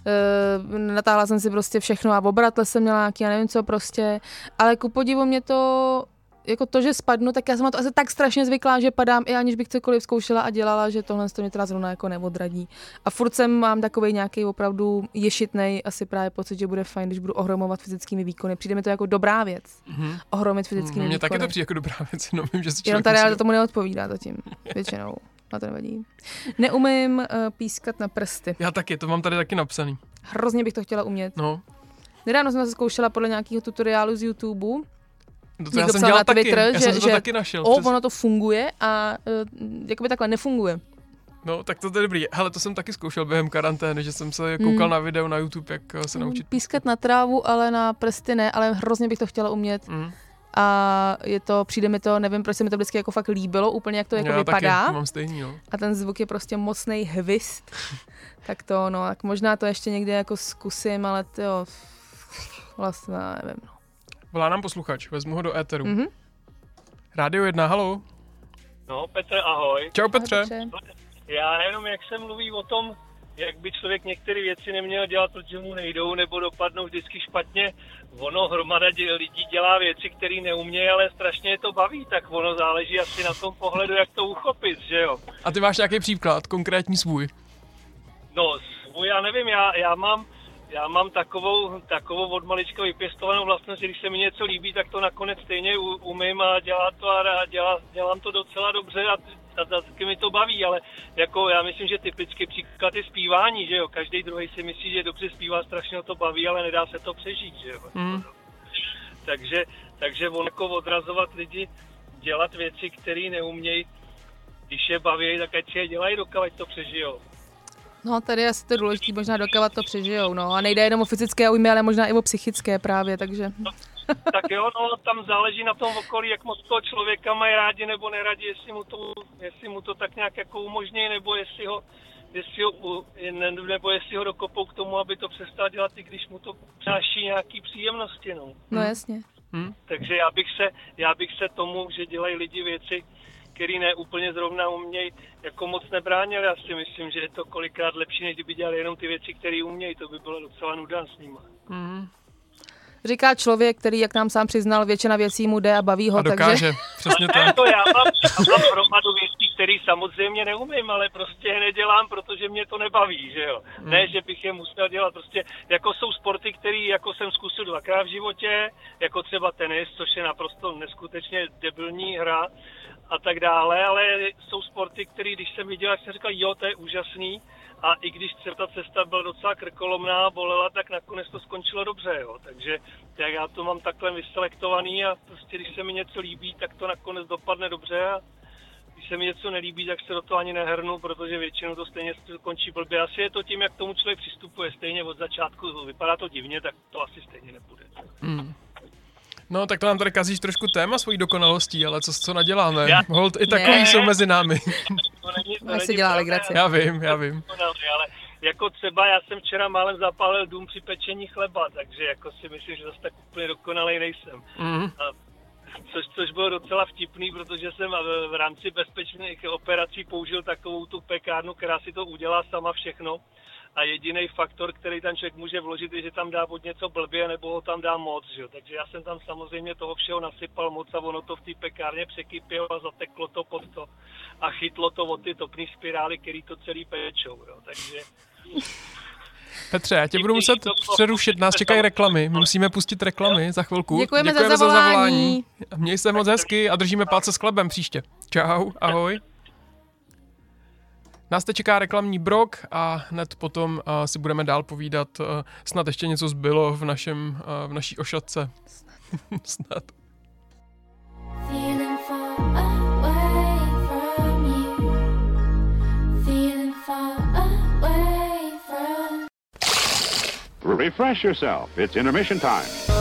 uh, natáhla jsem si prostě všechno a obratle jsem měla nějaký, já nevím co prostě, ale ku podivu mě to, jako to, že spadnu, tak já jsem na to asi tak strašně zvyklá, že padám i aniž bych cokoliv zkoušela a dělala, že tohle to mě teda zrovna jako neodradí. A furt jsem mám takovej nějaký opravdu ješitnej asi právě pocit, že bude fajn, když budu ohromovat fyzickými výkony. Přijde mi to jako dobrá věc. Mm-hmm. Ohromit fyzickými Mně výkony. Taky to přijde jako dobrá věc, jenom vím, že si Jenom tady ale tomu neodpovídá zatím, většinou. Na to nevadí. Neumím uh, pískat na prsty. Já taky, to mám tady taky napsaný. Hrozně bych to chtěla umět. No. Nedávno jsem se zkoušela podle nějakého tutoriálu z YouTube. To já jsem dělal taky, Twitter, já že, jsem to že, taky našel. O, přes... ono to funguje a uh, jakoby takhle nefunguje. No, tak to je dobrý. Hele, to jsem taky zkoušel během karantény, že jsem se koukal mm. na video na YouTube, jak se naučit. Pískat na trávu, ale na prsty ne, ale hrozně bych to chtěla umět. Mm. A je to, přijde mi to, nevím, proč se mi to vždycky jako fakt líbilo, úplně jak to jako já vypadá. Taky, mám stejný, no. A ten zvuk je prostě mocnej hvist. Tak to, no, tak možná to ještě někde jako zkusím, ale to jo, vlastně nevím, no. Volá nám posluchač, vezmu ho do éteru. Mm-hmm. Rádio jedna, haló. No, Petr, ahoj. Čau, Petře. Ahoj, Petře. Já jenom, jak se mluví o tom, jak by člověk některé věci neměl dělat, protože mu nejdou nebo dopadnou vždycky špatně. Ono hromada dě, lidí dělá věci, které neumějí, ale strašně je to baví, tak ono záleží asi na tom pohledu, jak to uchopit, že jo. A ty máš nějaký příklad, konkrétní svůj? No, svůj, já nevím, já, já mám... Já mám takovou, takovou od malička vypěstovanou vlastnost, že když se mi něco líbí, tak to nakonec stejně umím a dělá to a dělá, dělám to docela dobře a, a, a taky mi to baví, ale jako já myslím, že typický příklad je zpívání, že jo, každý druhý si myslí, že dobře zpívá, strašně to baví, ale nedá se to přežít, že jo. Mm. Takže, takže on jako odrazovat lidi, dělat věci, které neumějí, když je baví, tak ať si je dělají, dokud to přežijou. No, tady je asi to důležité, možná dokávat to přežijou, no. A nejde jenom o fyzické újmy, ale možná i o psychické právě, takže... No, tak jo, no, tam záleží na tom okolí, jak moc toho člověka mají rádi nebo nerádi, jestli mu to, jestli mu to tak nějak jako umožní, nebo jestli ho, jestli ho, nebo jestli ho dokopou k tomu, aby to přestal dělat, i když mu to přináší nějaký příjemnosti, no. No, jasně. Hmm. Takže já bych se, já bych se tomu, že dělají lidi věci, který ne úplně zrovna umějí, jako moc nebránili. Já si myslím, že je to kolikrát lepší, než kdyby dělali jenom ty věci, které umějí. To by bylo docela nuda s nima. Mm. Říká člověk, který, jak nám sám přiznal, většina věcí mu jde a baví ho. A dokáže, takže... přesně tak. To já mám, já mám hromadu věcí, které samozřejmě neumím, ale prostě je nedělám, protože mě to nebaví, že jo. Mm. Ne, že bych je musel dělat, prostě jako jsou sporty, které jako jsem zkusil dvakrát v životě, jako třeba tenis, což je naprosto neskutečně debilní hra, a tak dále, ale jsou sporty, které, když jsem viděl, jak jsem říkal, jo, to je úžasný, a i když třeba ta cesta byla docela krkolomná, bolela, tak nakonec to skončilo dobře, jo. Takže tak já to mám takhle vyselektovaný a prostě, když se mi něco líbí, tak to nakonec dopadne dobře a když se mi něco nelíbí, tak se do toho ani nehrnu, protože většinou to stejně končí blbě. Asi je to tím, jak tomu člověk přistupuje stejně od začátku, vypadá to divně, tak to asi stejně nepůjde. Hmm. No, tak to nám tady kazíš trošku téma svojí dokonalostí, ale co, co naděláme? Já... Hold, i takový ne. jsou mezi námi. To není, to není dělá legraci. Já vím, já vím. Ale jako třeba já jsem včera málem zapálil dům při pečení chleba, takže jako si myslím, že zase tak úplně dokonalej nejsem. Mm. A což, což bylo docela vtipný, protože jsem v, v rámci bezpečných operací použil takovou tu pekárnu, která si to udělá sama všechno. A jediný faktor, který ten člověk může vložit, je, že tam dá od něco blbě, nebo ho tam dá moc, že? Takže já jsem tam samozřejmě toho všeho nasypal moc a ono to v té pekárně překypělo a zateklo to pod to a chytlo to od ty topné spirály, který to celý pečou, jo? Takže... Petře, já tě budu muset přerušit, nás čekají reklamy, my musíme pustit reklamy za chvilku. Děkujeme, Děkujeme za zavolání. za zavolání. Měj se moc hezky a držíme palce s chlebem příště. Čau, ahoj. Nás te čeká reklamní brok a hned potom uh, si budeme dál povídat. Uh, snad ještě něco zbylo v, našem, uh, v naší ošatce. Snad. Refresh yourself. It's intermission time.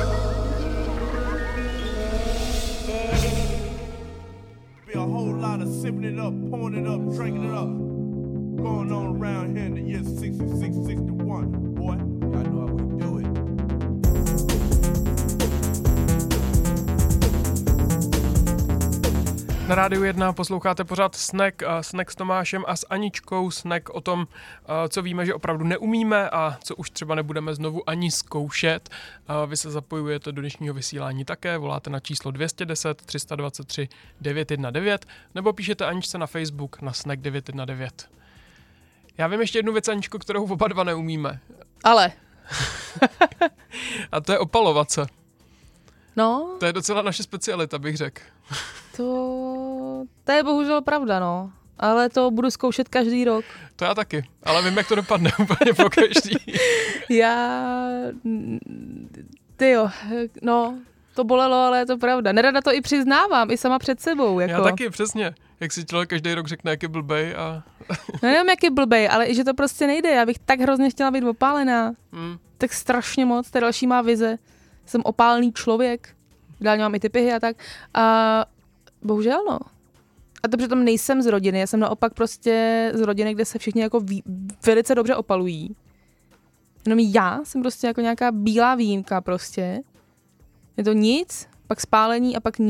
A whole lot of sipping it up, pouring it up, drinking it up. Going on around here in the year sixty-six, sixty-one. Boy, y'all know how we do it. Na Rádiu jedna posloucháte pořád Snack, Snack s Tomášem a s Aničkou. Snack o tom, co víme, že opravdu neumíme a co už třeba nebudeme znovu ani zkoušet. Vy se zapojujete do dnešního vysílání také, voláte na číslo dvě deset, tři dva tři, devět jedna devět nebo píšete Aničce na Facebook na Snack devět jedna devět. Já vím ještě jednu věc, Aničko, kterou oba dva neumíme. Ale. A to je opalovat se. No. To je docela naše specialita, bych řekl. To, to je bohužel pravda, no. Ale to budu zkoušet každý rok. To já taky, ale vím, jak to dopadne úplně po každý. Já... Tyjo, no, to bolelo, ale je to pravda. Nerada to i přiznávám, i sama před sebou. Jako. Já taky, přesně. Jak si člověk každý rok řekne, jak je blbej a... No nevím, jak je blbej, ale i že to prostě nejde. Já bych tak hrozně chtěla být opálená. Hmm. Tak strašně moc, to je další má vize. Jsem opálný člověk. Dálně mám i ty pihy a tak. A bohužel, no. A to přitom nejsem z rodiny. Já jsem naopak prostě z rodiny, kde se všichni jako ví, velice dobře opalují. Jenom já jsem prostě jako nějaká bílá výjimka prostě. Je to nic, pak spálení a pak nic.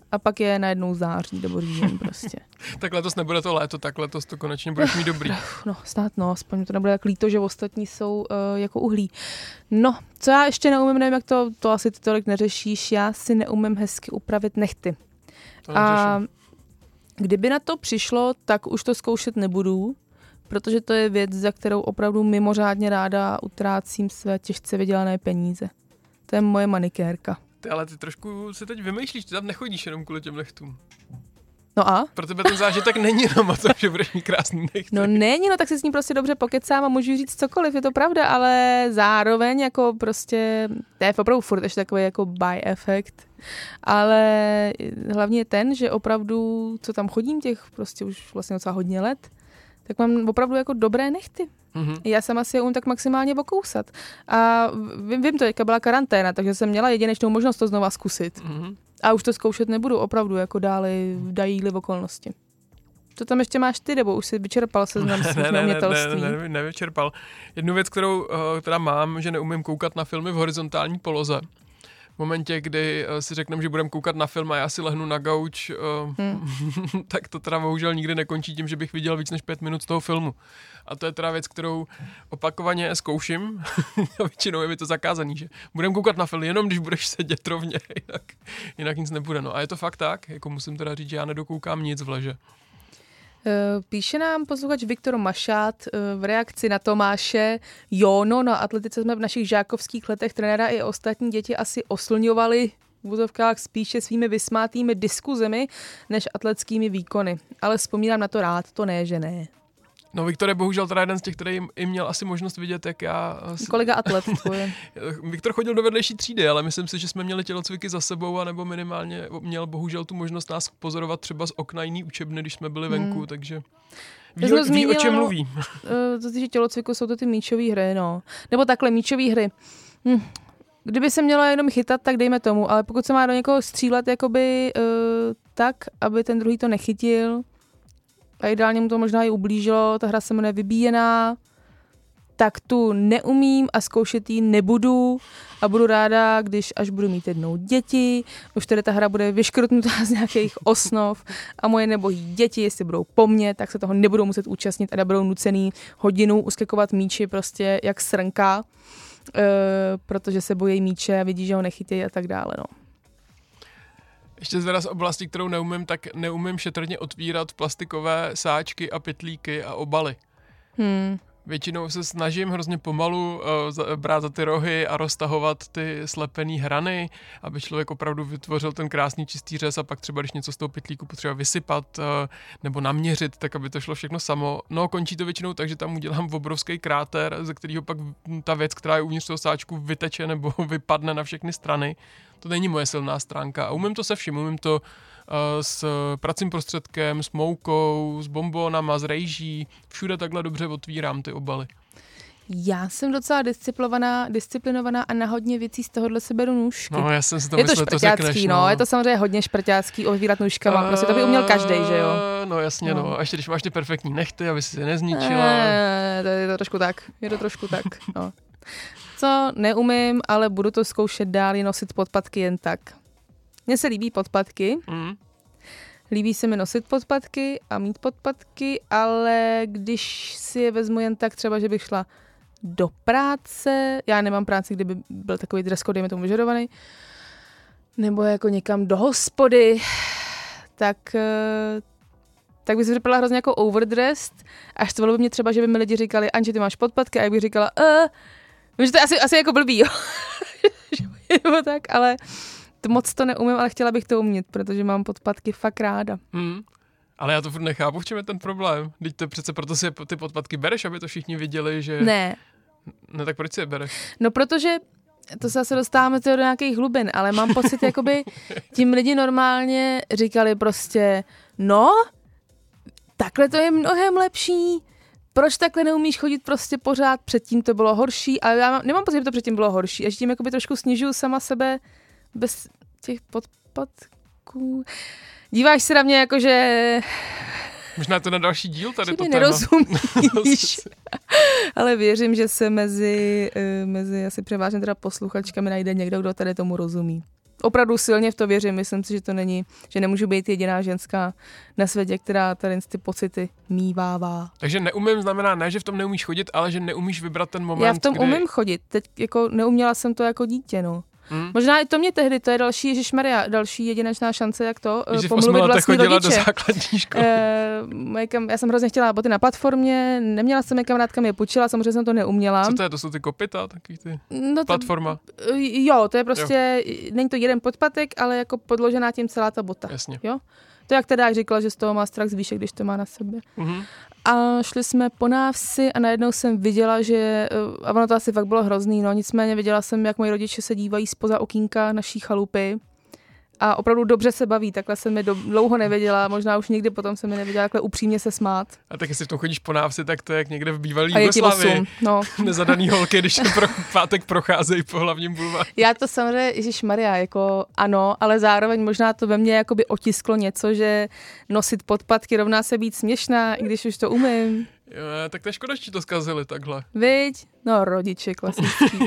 a pak je najednou září nebo říjen prostě. Tak letos nebude to léto, tak letos to konečně budeš mít dobrý. No, snad no, aspoň to nebude tak líto, že ostatní jsou uh, jako uhlí. No, co já ještě neumím, nevím, jak to, to asi ty tolik neřešíš, já si neumím hezky upravit nehty. A kdyby na to přišlo, tak už to zkoušet nebudu, protože to je věc, za kterou opravdu mimořádně ráda utrácím své těžce vydělané peníze. To je moje manikérka. Ty, ale ty trošku si teď vymýšlíš, ty tam nechodíš jenom kvůli těm nechtům. No a? Pro tebe ten zážitek není jenom o tom, že budeš mít krásný nechty. No není, no tak si s ním prostě dobře pokecám a můžu říct cokoliv, je to pravda, ale zároveň jako prostě, to je opravdu furt ještě takový jako by efekt, ale hlavně je ten, že opravdu, co tam chodím těch prostě už vlastně docela hodně let, tak mám opravdu jako dobré nechty. Mm-hmm. Já sama si je umím tak maximálně okousat. A vím, vím to, jaká byla karanténa, takže jsem měla jedinečnou možnost to znova zkusit. Mm-hmm. A už to zkoušet nebudu opravdu, jako dále dají-li v okolnosti. Co tam ještě máš ty, nebo už jsi vyčerpal seznam svých ne, ne, neumětelství? Ne, ne, ne, nevyčerpal. Jednu věc, kterou teda mám, že neumím koukat na filmy v horizontální poloze. V momentě, kdy uh, si řekneme, že budeme koukat na film a já si lehnu na gauč, uh, hmm. tak to teda bohužel nikdy nekončí tím, že bych viděl víc než pět minut z toho filmu. A to je teda věc, kterou opakovaně zkouším a většinou je mi to zakázaný, že budeme koukat na film jenom, když budeš sedět rovně, jinak, jinak nic nebude. No a je to fakt tak, jako musím teda říct, že já nedokoukám nic v leže. Píše nám posluchač Viktor Mašát v reakci na Tomáše. Jo, no, na atletice jsme v našich žákovských letech trenéra i ostatní děti asi oslňovali v úzovkách spíše svými vysmátými diskuzemi než atletickými výkony. Ale vzpomínám na to rád, to ne, že ne. No Viktor je bohužel teda jeden z těch, který i měl asi možnost vidět, jak já... Kolega atlet tvoj. Viktor chodil do vedlejší třídy, ale myslím si, že jsme měli tělocviky za sebou, anebo minimálně měl bohužel tu možnost nás pozorovat třeba z okna jiný učebny, když jsme byli venku, hmm. takže ví, o, ví o čem mluví. To týče tělocviku, jsou to ty míčové hry, no. Nebo takhle, míčové hry. Hm. Kdyby se mělo jenom chytat, tak dejme tomu, ale pokud se má do někoho střílet jakoby uh, tak, aby ten druhý to nechytil, a ideálně mu to možná i ublížilo, ta hra se jmenuje Vybíjená, tak tu neumím a zkoušet ji nebudu a budu ráda, když až budu mít jednou děti, už tedy ta hra bude vyškrtnutá z nějakých osnov a moje nebohý děti, jestli budou po mně, tak se toho nebudou muset účastnit a nebudou nucený hodinu uskakovat míči prostě jak srnka, e, protože se bojí míče a vidí, že ho nechytějí a tak dále, no. Ještě teda z oblasti, kterou neumím, tak neumím šetrně otvírat plastikové sáčky a pytlíky a obaly. Hmm. Většinou se snažím hrozně pomalu uh, brát za ty rohy a roztahovat ty slepený hrany, aby člověk opravdu vytvořil ten krásný čistý řez a pak třeba, když něco z toho pytlíku potřeba vysypat uh, nebo naměřit, tak aby to šlo všechno samo. No, končí to většinou tak, že tam udělám obrovský kráter, ze kterého pak ta věc, která je uvnitř toho sáčku, vyteče nebo vypadne na všechny strany. To není moje silná stránka. A umím to se vším. Umím to uh, s pracím prostředkem, s moukou, s bombónama, s rejží. Všude takhle dobře otvírám ty obaly. Já jsem docela disciplinovaná, disciplinovaná a na hodně věcí z tohohle se beru nůžky. No, já jsem si to je myslel, to šprťácký, no. no. Je to samozřejmě hodně šprťácký, otvírat nůžkama. Uh, prostě to by uměl každej, že jo? No jasně, no. no. A ještě když máš ty perfektní nechty, aby si je nezničila. Ne, to je to trošku tak. Je to trošku tak, no. Co neumím, ale budu to zkoušet dál i nosit podpatky jen tak. Mně se líbí podpatky. Mm. Líbí se mi nosit podpatky a mít podpatky, ale když si je vezmu jen tak, třeba, že bych šla do práce, já nemám práci, kde by byl takový dress code, dejme tomu vyžadovaný, nebo jako někam do hospody, tak, tak by se připadala hrozně jako overdressed a štvalo by mě třeba, že by mi lidi říkali, Anči, ty máš podpatky, a já bych říkala, uh, vím, že to je asi, asi jako blbý, jo. Nebo tak, ale to moc to neumím, ale chtěla bych to umět, protože mám podpatky fakt ráda. Mm. Ale já to furt nechápu, v čem je ten problém. Teď to přece proto si ty podpatky bereš, aby to všichni viděli, že... Ne. No tak proč si je bereš? No protože, to se zase dostáváme do nějakých hlubin, ale mám pocit, jakoby tím lidi normálně říkali prostě, no, takhle to je mnohem lepší, proč takhle neumíš chodit prostě pořád, předtím to bylo horší, ale já nemám pocit, že to předtím bylo horší, a že tím jakoby trošku snižuju sama sebe bez těch podpatků. Díváš se na mě jako, že... Možná to na další díl tady to téma. Nerozumíš. Ale věřím, že se mezi, mezi asi převážně teda posluchačkami najde někdo, kdo tady tomu rozumí. Opravdu silně v to věřím, myslím si, že to není, že nemůžu být jediná ženská na světě, která tady ty pocity mívává. Takže neumím znamená ne, že v tom neumíš chodit, ale že neumíš vybrat ten moment, Já v tom kdy... umím chodit, teď jako neuměla jsem to jako dítě, no. Hmm. Možná i to mě tehdy, to je další, ježišmarja, další jedinečná šance, jak to, Že pomluvit vlastní rodiče. do základní školy. E, moje kam, já jsem hrozně chtěla boty na platformě, neměla jsem je kamarádka, mě půjčila, samozřejmě jsem to neuměla. Co to je, to jsou ty kopyta, takový ty no to, platforma? Jo, to je prostě, jo. Není to jeden podpatek, ale jako podložená tím celá ta bota. Jasně. Jo? To jak teda říkala, že z toho má strach z výšek, když to má na sobě. Mm-hmm. A šli jsme po návsi a najednou jsem viděla, že, a ono to asi fakt bylo hrozný, no nicméně viděla jsem, jak moji rodiče se dívají zpoza okýnka naší chalupy a opravdu dobře se baví, takhle jsem mi do, dlouho nevěděla, možná už nikdy potom jsem mi nevěděla takhle upřímně se smát. A tak jestli v tom chodíš po návsi, tak to je jak někde v bývalý a Jugoslávii. No. Nezadaný holky, když se pro pátek procházejí po hlavním bulváru. Já to samozřejmě, ježišmarja, jako ano, ale zároveň možná to ve mně jakoby otisklo něco, že nosit podpatky rovná se být směšná, i když už to umím. Jo, tak to je škoda, že ti to zkazili takhle. Viď? No rodiče, klasický.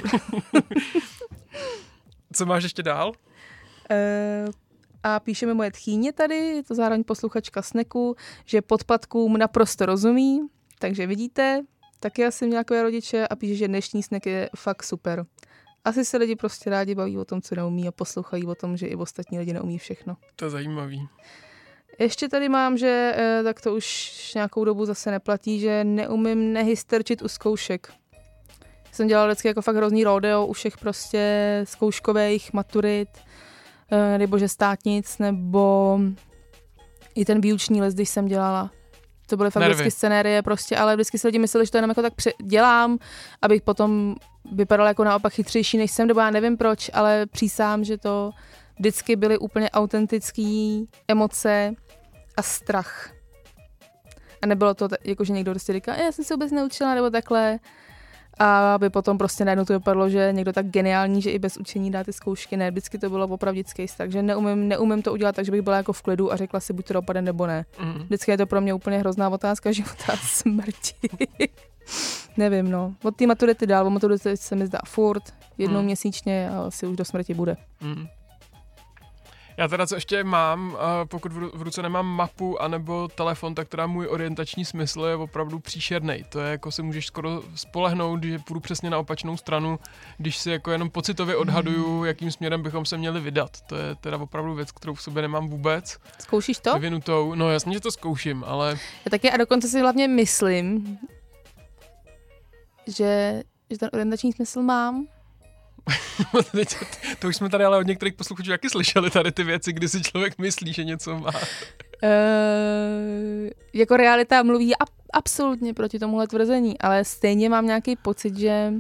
Co máš ještě dál? Uh, a píše mi moje tchýně tady, je to zároveň posluchačka Sneku, že podpatkům naprosto rozumí, takže vidíte, taky asi nějaké rodiče a píše, že dnešní Snek je fakt super. Asi se lidi prostě rádi baví o tom, co neumí a poslouchají o tom, že i ostatní lidi neumí všechno. To je zajímavý. Ještě tady mám, že eh, tak to už nějakou dobu zase neplatí, že neumím nehysterčit u zkoušek. Jsem dělala vždycky jako fakt hrozný rodeo u všech prostě zkouškových maturit, eh, nebo že státnic, nebo i ten výuční les, když jsem dělala. To byly fakt vždycky scenérie prostě, ale vždycky si lidi mysleli, že to jenom jako tak pře- dělám, abych potom vypadala jako naopak chytřejší, než jsem, nebo já nevím proč, ale přísám, že to vždycky byly úplně autentické emoce a strach. A nebylo to, t- jako že někdo prostě říká, já jsem se vůbec neučila, nebo takhle. A aby potom prostě najednou to vypadlo, že někdo tak geniální, že i bez učení dá ty zkoušky. Ne, vždycky to bylo opravdický strach, že neumím, neumím to udělat tak, že bych byla jako v klidu a řekla si, buď to dopadne, nebo ne. Mm. Vždycky je to pro mě úplně hrozná otázka života a smrti. Nevím, no. Od té maturity dál, od maturity se mi zdá furt, jednou mm. měsíčně a asi už do smrti bude. Mm. Já teda co ještě mám, pokud v ruce nemám mapu anebo telefon, tak teda můj orientační smysl je opravdu příšernej. To je jako si můžeš skoro spolehnout, že půjdu přesně na opačnou stranu, když si jako jenom pocitově odhaduju, jakým směrem bychom se měli vydat. To je teda opravdu věc, kterou v sobě nemám vůbec. Zkoušíš to? Vyvinutou. No jasně, že to zkouším, ale... Já taky a dokonce si hlavně myslím, že, že ten orientační smysl mám. To už jsme tady ale od některých posluchačů taky slyšeli tady ty věci, kdy si člověk myslí, že něco má. Uh, jako realita mluví ab- absolutně proti tomuhle tvrzení, ale stejně mám nějaký pocit, že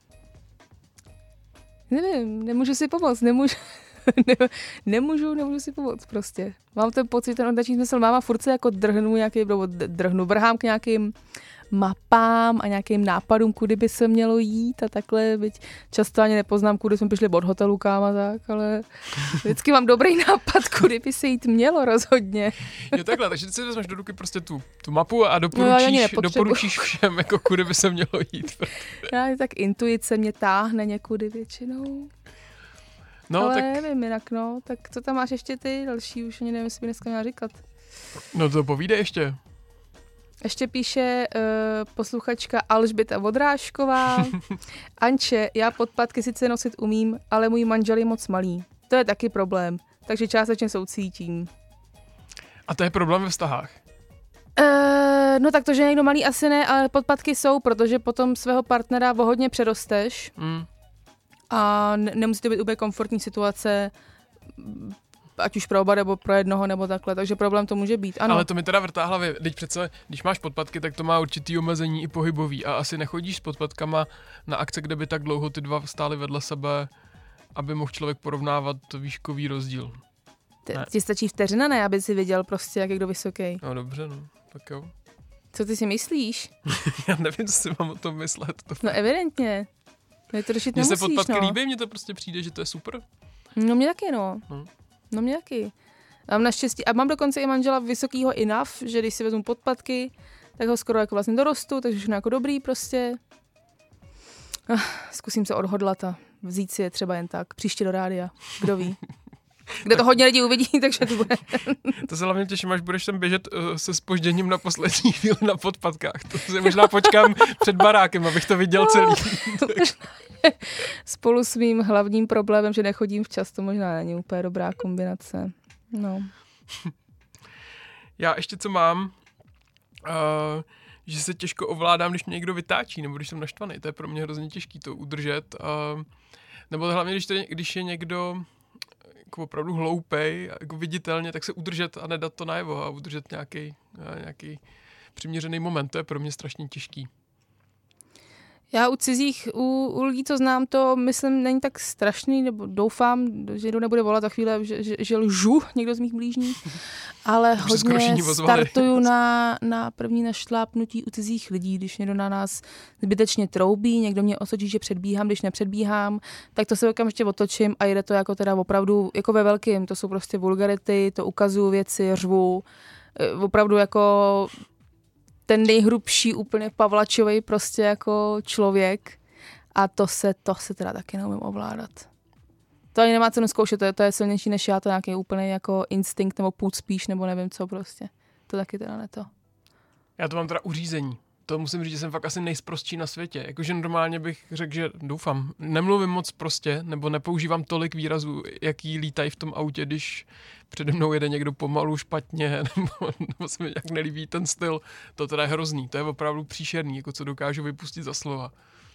nevím, nemůžu si pomoct, nemůžu, ne, nemůžu, nemůžu si pomoct prostě. Mám ten pocit, že ten orientační smysl mám a furt se jako drhnu nějaký, drhnu, vrhám k nějakým mapám a nějakým nápadům, kudy by se mělo jít a takhle, byť často ani nepoznám, kudy jsme přišli od hotelu, kam a tak, ale vždycky mám dobrý nápad, kudy by se jít mělo rozhodně. Jo takhle, takže ty si vezmeš do ruky prostě tu, tu mapu a doporučíš, no, doporučíš všem, jako kudy by se mělo jít. Já tak intuice mě táhne někudy většinou. No, ale tak... nevím jinak, no, tak co tam máš ještě ty další, už ani nevím, jestli by dneska měla říkat. No to povídej ještě. Ještě píše uh, posluchačka Alžběta Vodrážková. Anče, já podpatky sice nosit umím, ale můj manžel je moc malý. To je taky problém, takže částečně soucítím. A to je problém ve vztahách? Uh, no tak to, že někdo malý asi ne, ale podpatky jsou, protože potom svého partnera o hodně přerosteš. Mm. A ne- nemusí to být úplně komfortní situace, ať už pro oba, nebo pro jednoho, nebo takhle, takže problém to může být, ano. Ale to mi teda vrtá hlavě, teď přece, když máš podpatky, tak to má určitý omezení i pohybový a asi nechodíš s podpatkama na akce, kde by tak dlouho ty dva stály vedle sebe, aby mohl člověk porovnávat výškový rozdíl. T- ti stačí vteřina, ne, aby si viděl prostě, jak je kdo vysoký. No dobře, no, tak jo. Co ty si myslíš? Já nevím, co si mám o tom myslet. To no evidentně. Mě to řešit Mně nemusíš, se podpatky no. líbí, mně to prostě přijde, že to je super. No mě taky, no. no. No mě taky. Mám naštěstí, a mám dokonce i manžela vysokýho enough, že když si vezmu podpatky, tak ho skoro jako vlastně dorostu, takže všechno jako dobrý prostě. Ah, zkusím se odhodlat a vzít si je třeba jen tak. Příště do rádia. Kdo ví. kde to hodně lidí uvidí, takže to bude. To se hlavně těším, až budeš tam běžet uh, se zpožděním na poslední chvíli na podpatkách. To se možná počkám před barákem, abych to viděl celý. Spolu s mým hlavním problémem, že nechodím včas, to možná není úplně dobrá kombinace. No. Já ještě co mám, uh, že se těžko ovládám, když mě někdo vytáčí, nebo když jsem naštvaný. To je pro mě hrozně těžký to udržet. Uh, nebo hlavně, když, to je, když je někdo jako opravdu hloupej, jako viditelně, tak se udržet a nedat to najevo a udržet nějaký, nějaký přiměřený moment. To je pro mě strašně těžký. Já u cizích, u, u lidí, co znám, to myslím není tak strašný, nebo doufám, že někdo nebude volat za chvíli, že, že, že lžu někdo z mých blížních, ale hodně startuju na, na první našlápnutí u cizích lidí, když někdo na nás zbytečně troubí, někdo mě osočí, že předbíhám, když nepředbíhám, tak to se okamžitě otočím a jde to jako teda opravdu jako ve velkým, to jsou prostě vulgarity, to ukazuju věci, řvu, opravdu jako ten nejhrubší úplně Pavlačovej prostě jako člověk a to se, to se teda taky neumím ovládat. To ani nemá cenu zkoušet, to je, to je silnější než já, to je nějaký úplně jako instinkt nebo půd spíš, nebo nevím co prostě. To taky teda ne to. Já to mám teda uřízení. To musím říct, že jsem fakt asi nejsprostší na světě. Jakože normálně bych řekl, že doufám, nemluvím moc prostě, nebo nepoužívám tolik výrazů, jaký lítají v tom autě, když přede mnou jede někdo pomalu, špatně, nebo, nebo se mi nějak nelíbí ten styl. To teda je hrozný, to je opravdu příšerný, jako co dokážu vypustit za slova.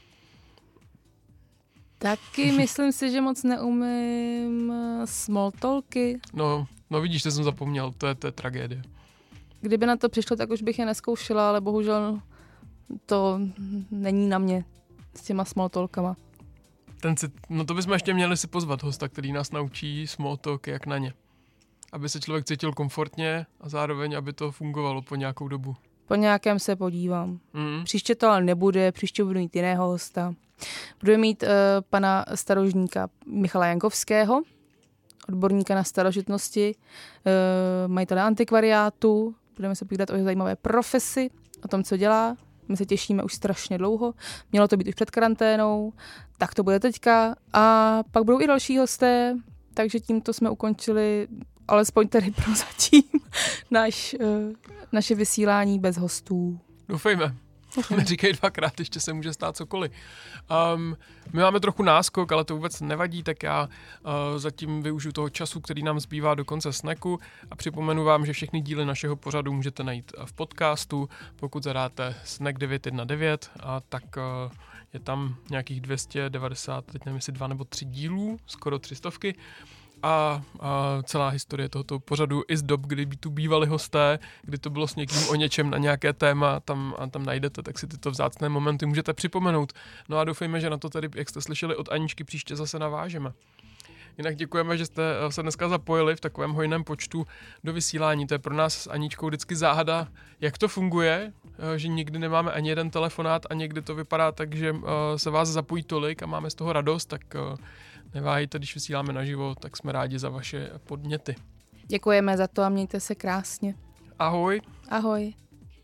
Taky myslím si, že moc neumím small talky. No, no vidíš, to jsem zapomněl, to je, to je tragédie. Kdyby na to přišlo, tak už bych je neskoušela, ale bohužel to není na mě s těma small talkama. Ten si, no to bychom ještě měli si pozvat hosta, který nás naučí small talky, jak na ně. Aby se člověk cítil komfortně a zároveň, aby to fungovalo po nějakou dobu. Po nějakém se podívám. Mm. Příště to ale nebude, příště budu mít jiného hosta. Budu mít uh, pana starožníka Michala Jankovského, odborníka na starožitnosti, uh, majitele antikvariátu. Budeme se povídat o jeho zajímavé profesi, o tom, co dělá. My se těšíme už strašně dlouho. Mělo to být už před karanténou, tak to bude teďka. A pak budou i další hosté, takže tímto jsme ukončili, alespoň tedy prozatím, naš, uh, naše vysílání bez hostů. Doufejme. Neříkej dvakrát, ještě se může stát cokoliv. Um, my máme trochu náskok, ale to vůbec nevadí, tak já uh, zatím využiju toho času, který nám zbývá do konce Snacku a připomenu vám, že všechny díly našeho pořadu můžete najít v podcastu. Pokud zadáte Snack devět jedna devět, a tak uh, je tam nějakých dvě stě devadesát, teď nevím, jestli dva nebo tři dílů, skoro tři stovky. A, a celá historie tohoto pořadu i z dob, kdy tu bývali hosté, kdy to bylo s někým o něčem na nějaké téma, tam, a tam najdete, tak si tyto vzácné momenty můžete připomenout. No a doufejme, že na to tady, jak jste slyšeli od Aničky, příště zase navážeme. Jinak děkujeme, že jste se dneska zapojili v takovém hojném počtu do vysílání. To je pro nás s Aničkou vždycky záhada, jak to funguje, že nikdy nemáme ani jeden telefonát a někdy to vypadá tak, že se vás zapojí tolik a máme z toho radost, tak neváhejte, když vysíláme naživo, tak jsme rádi za vaše podněty. Děkujeme za to a mějte se krásně. Ahoj. Ahoj.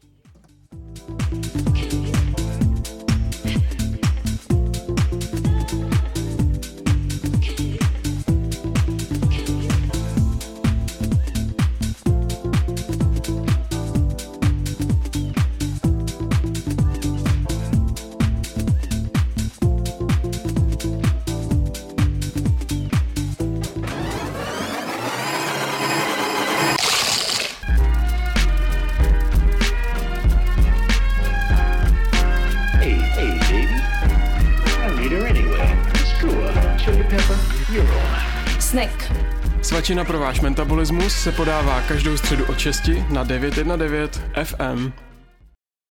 Snack. Svačina pro váš metabolismus se podává každou středu od šesti na devět jedna devět F M.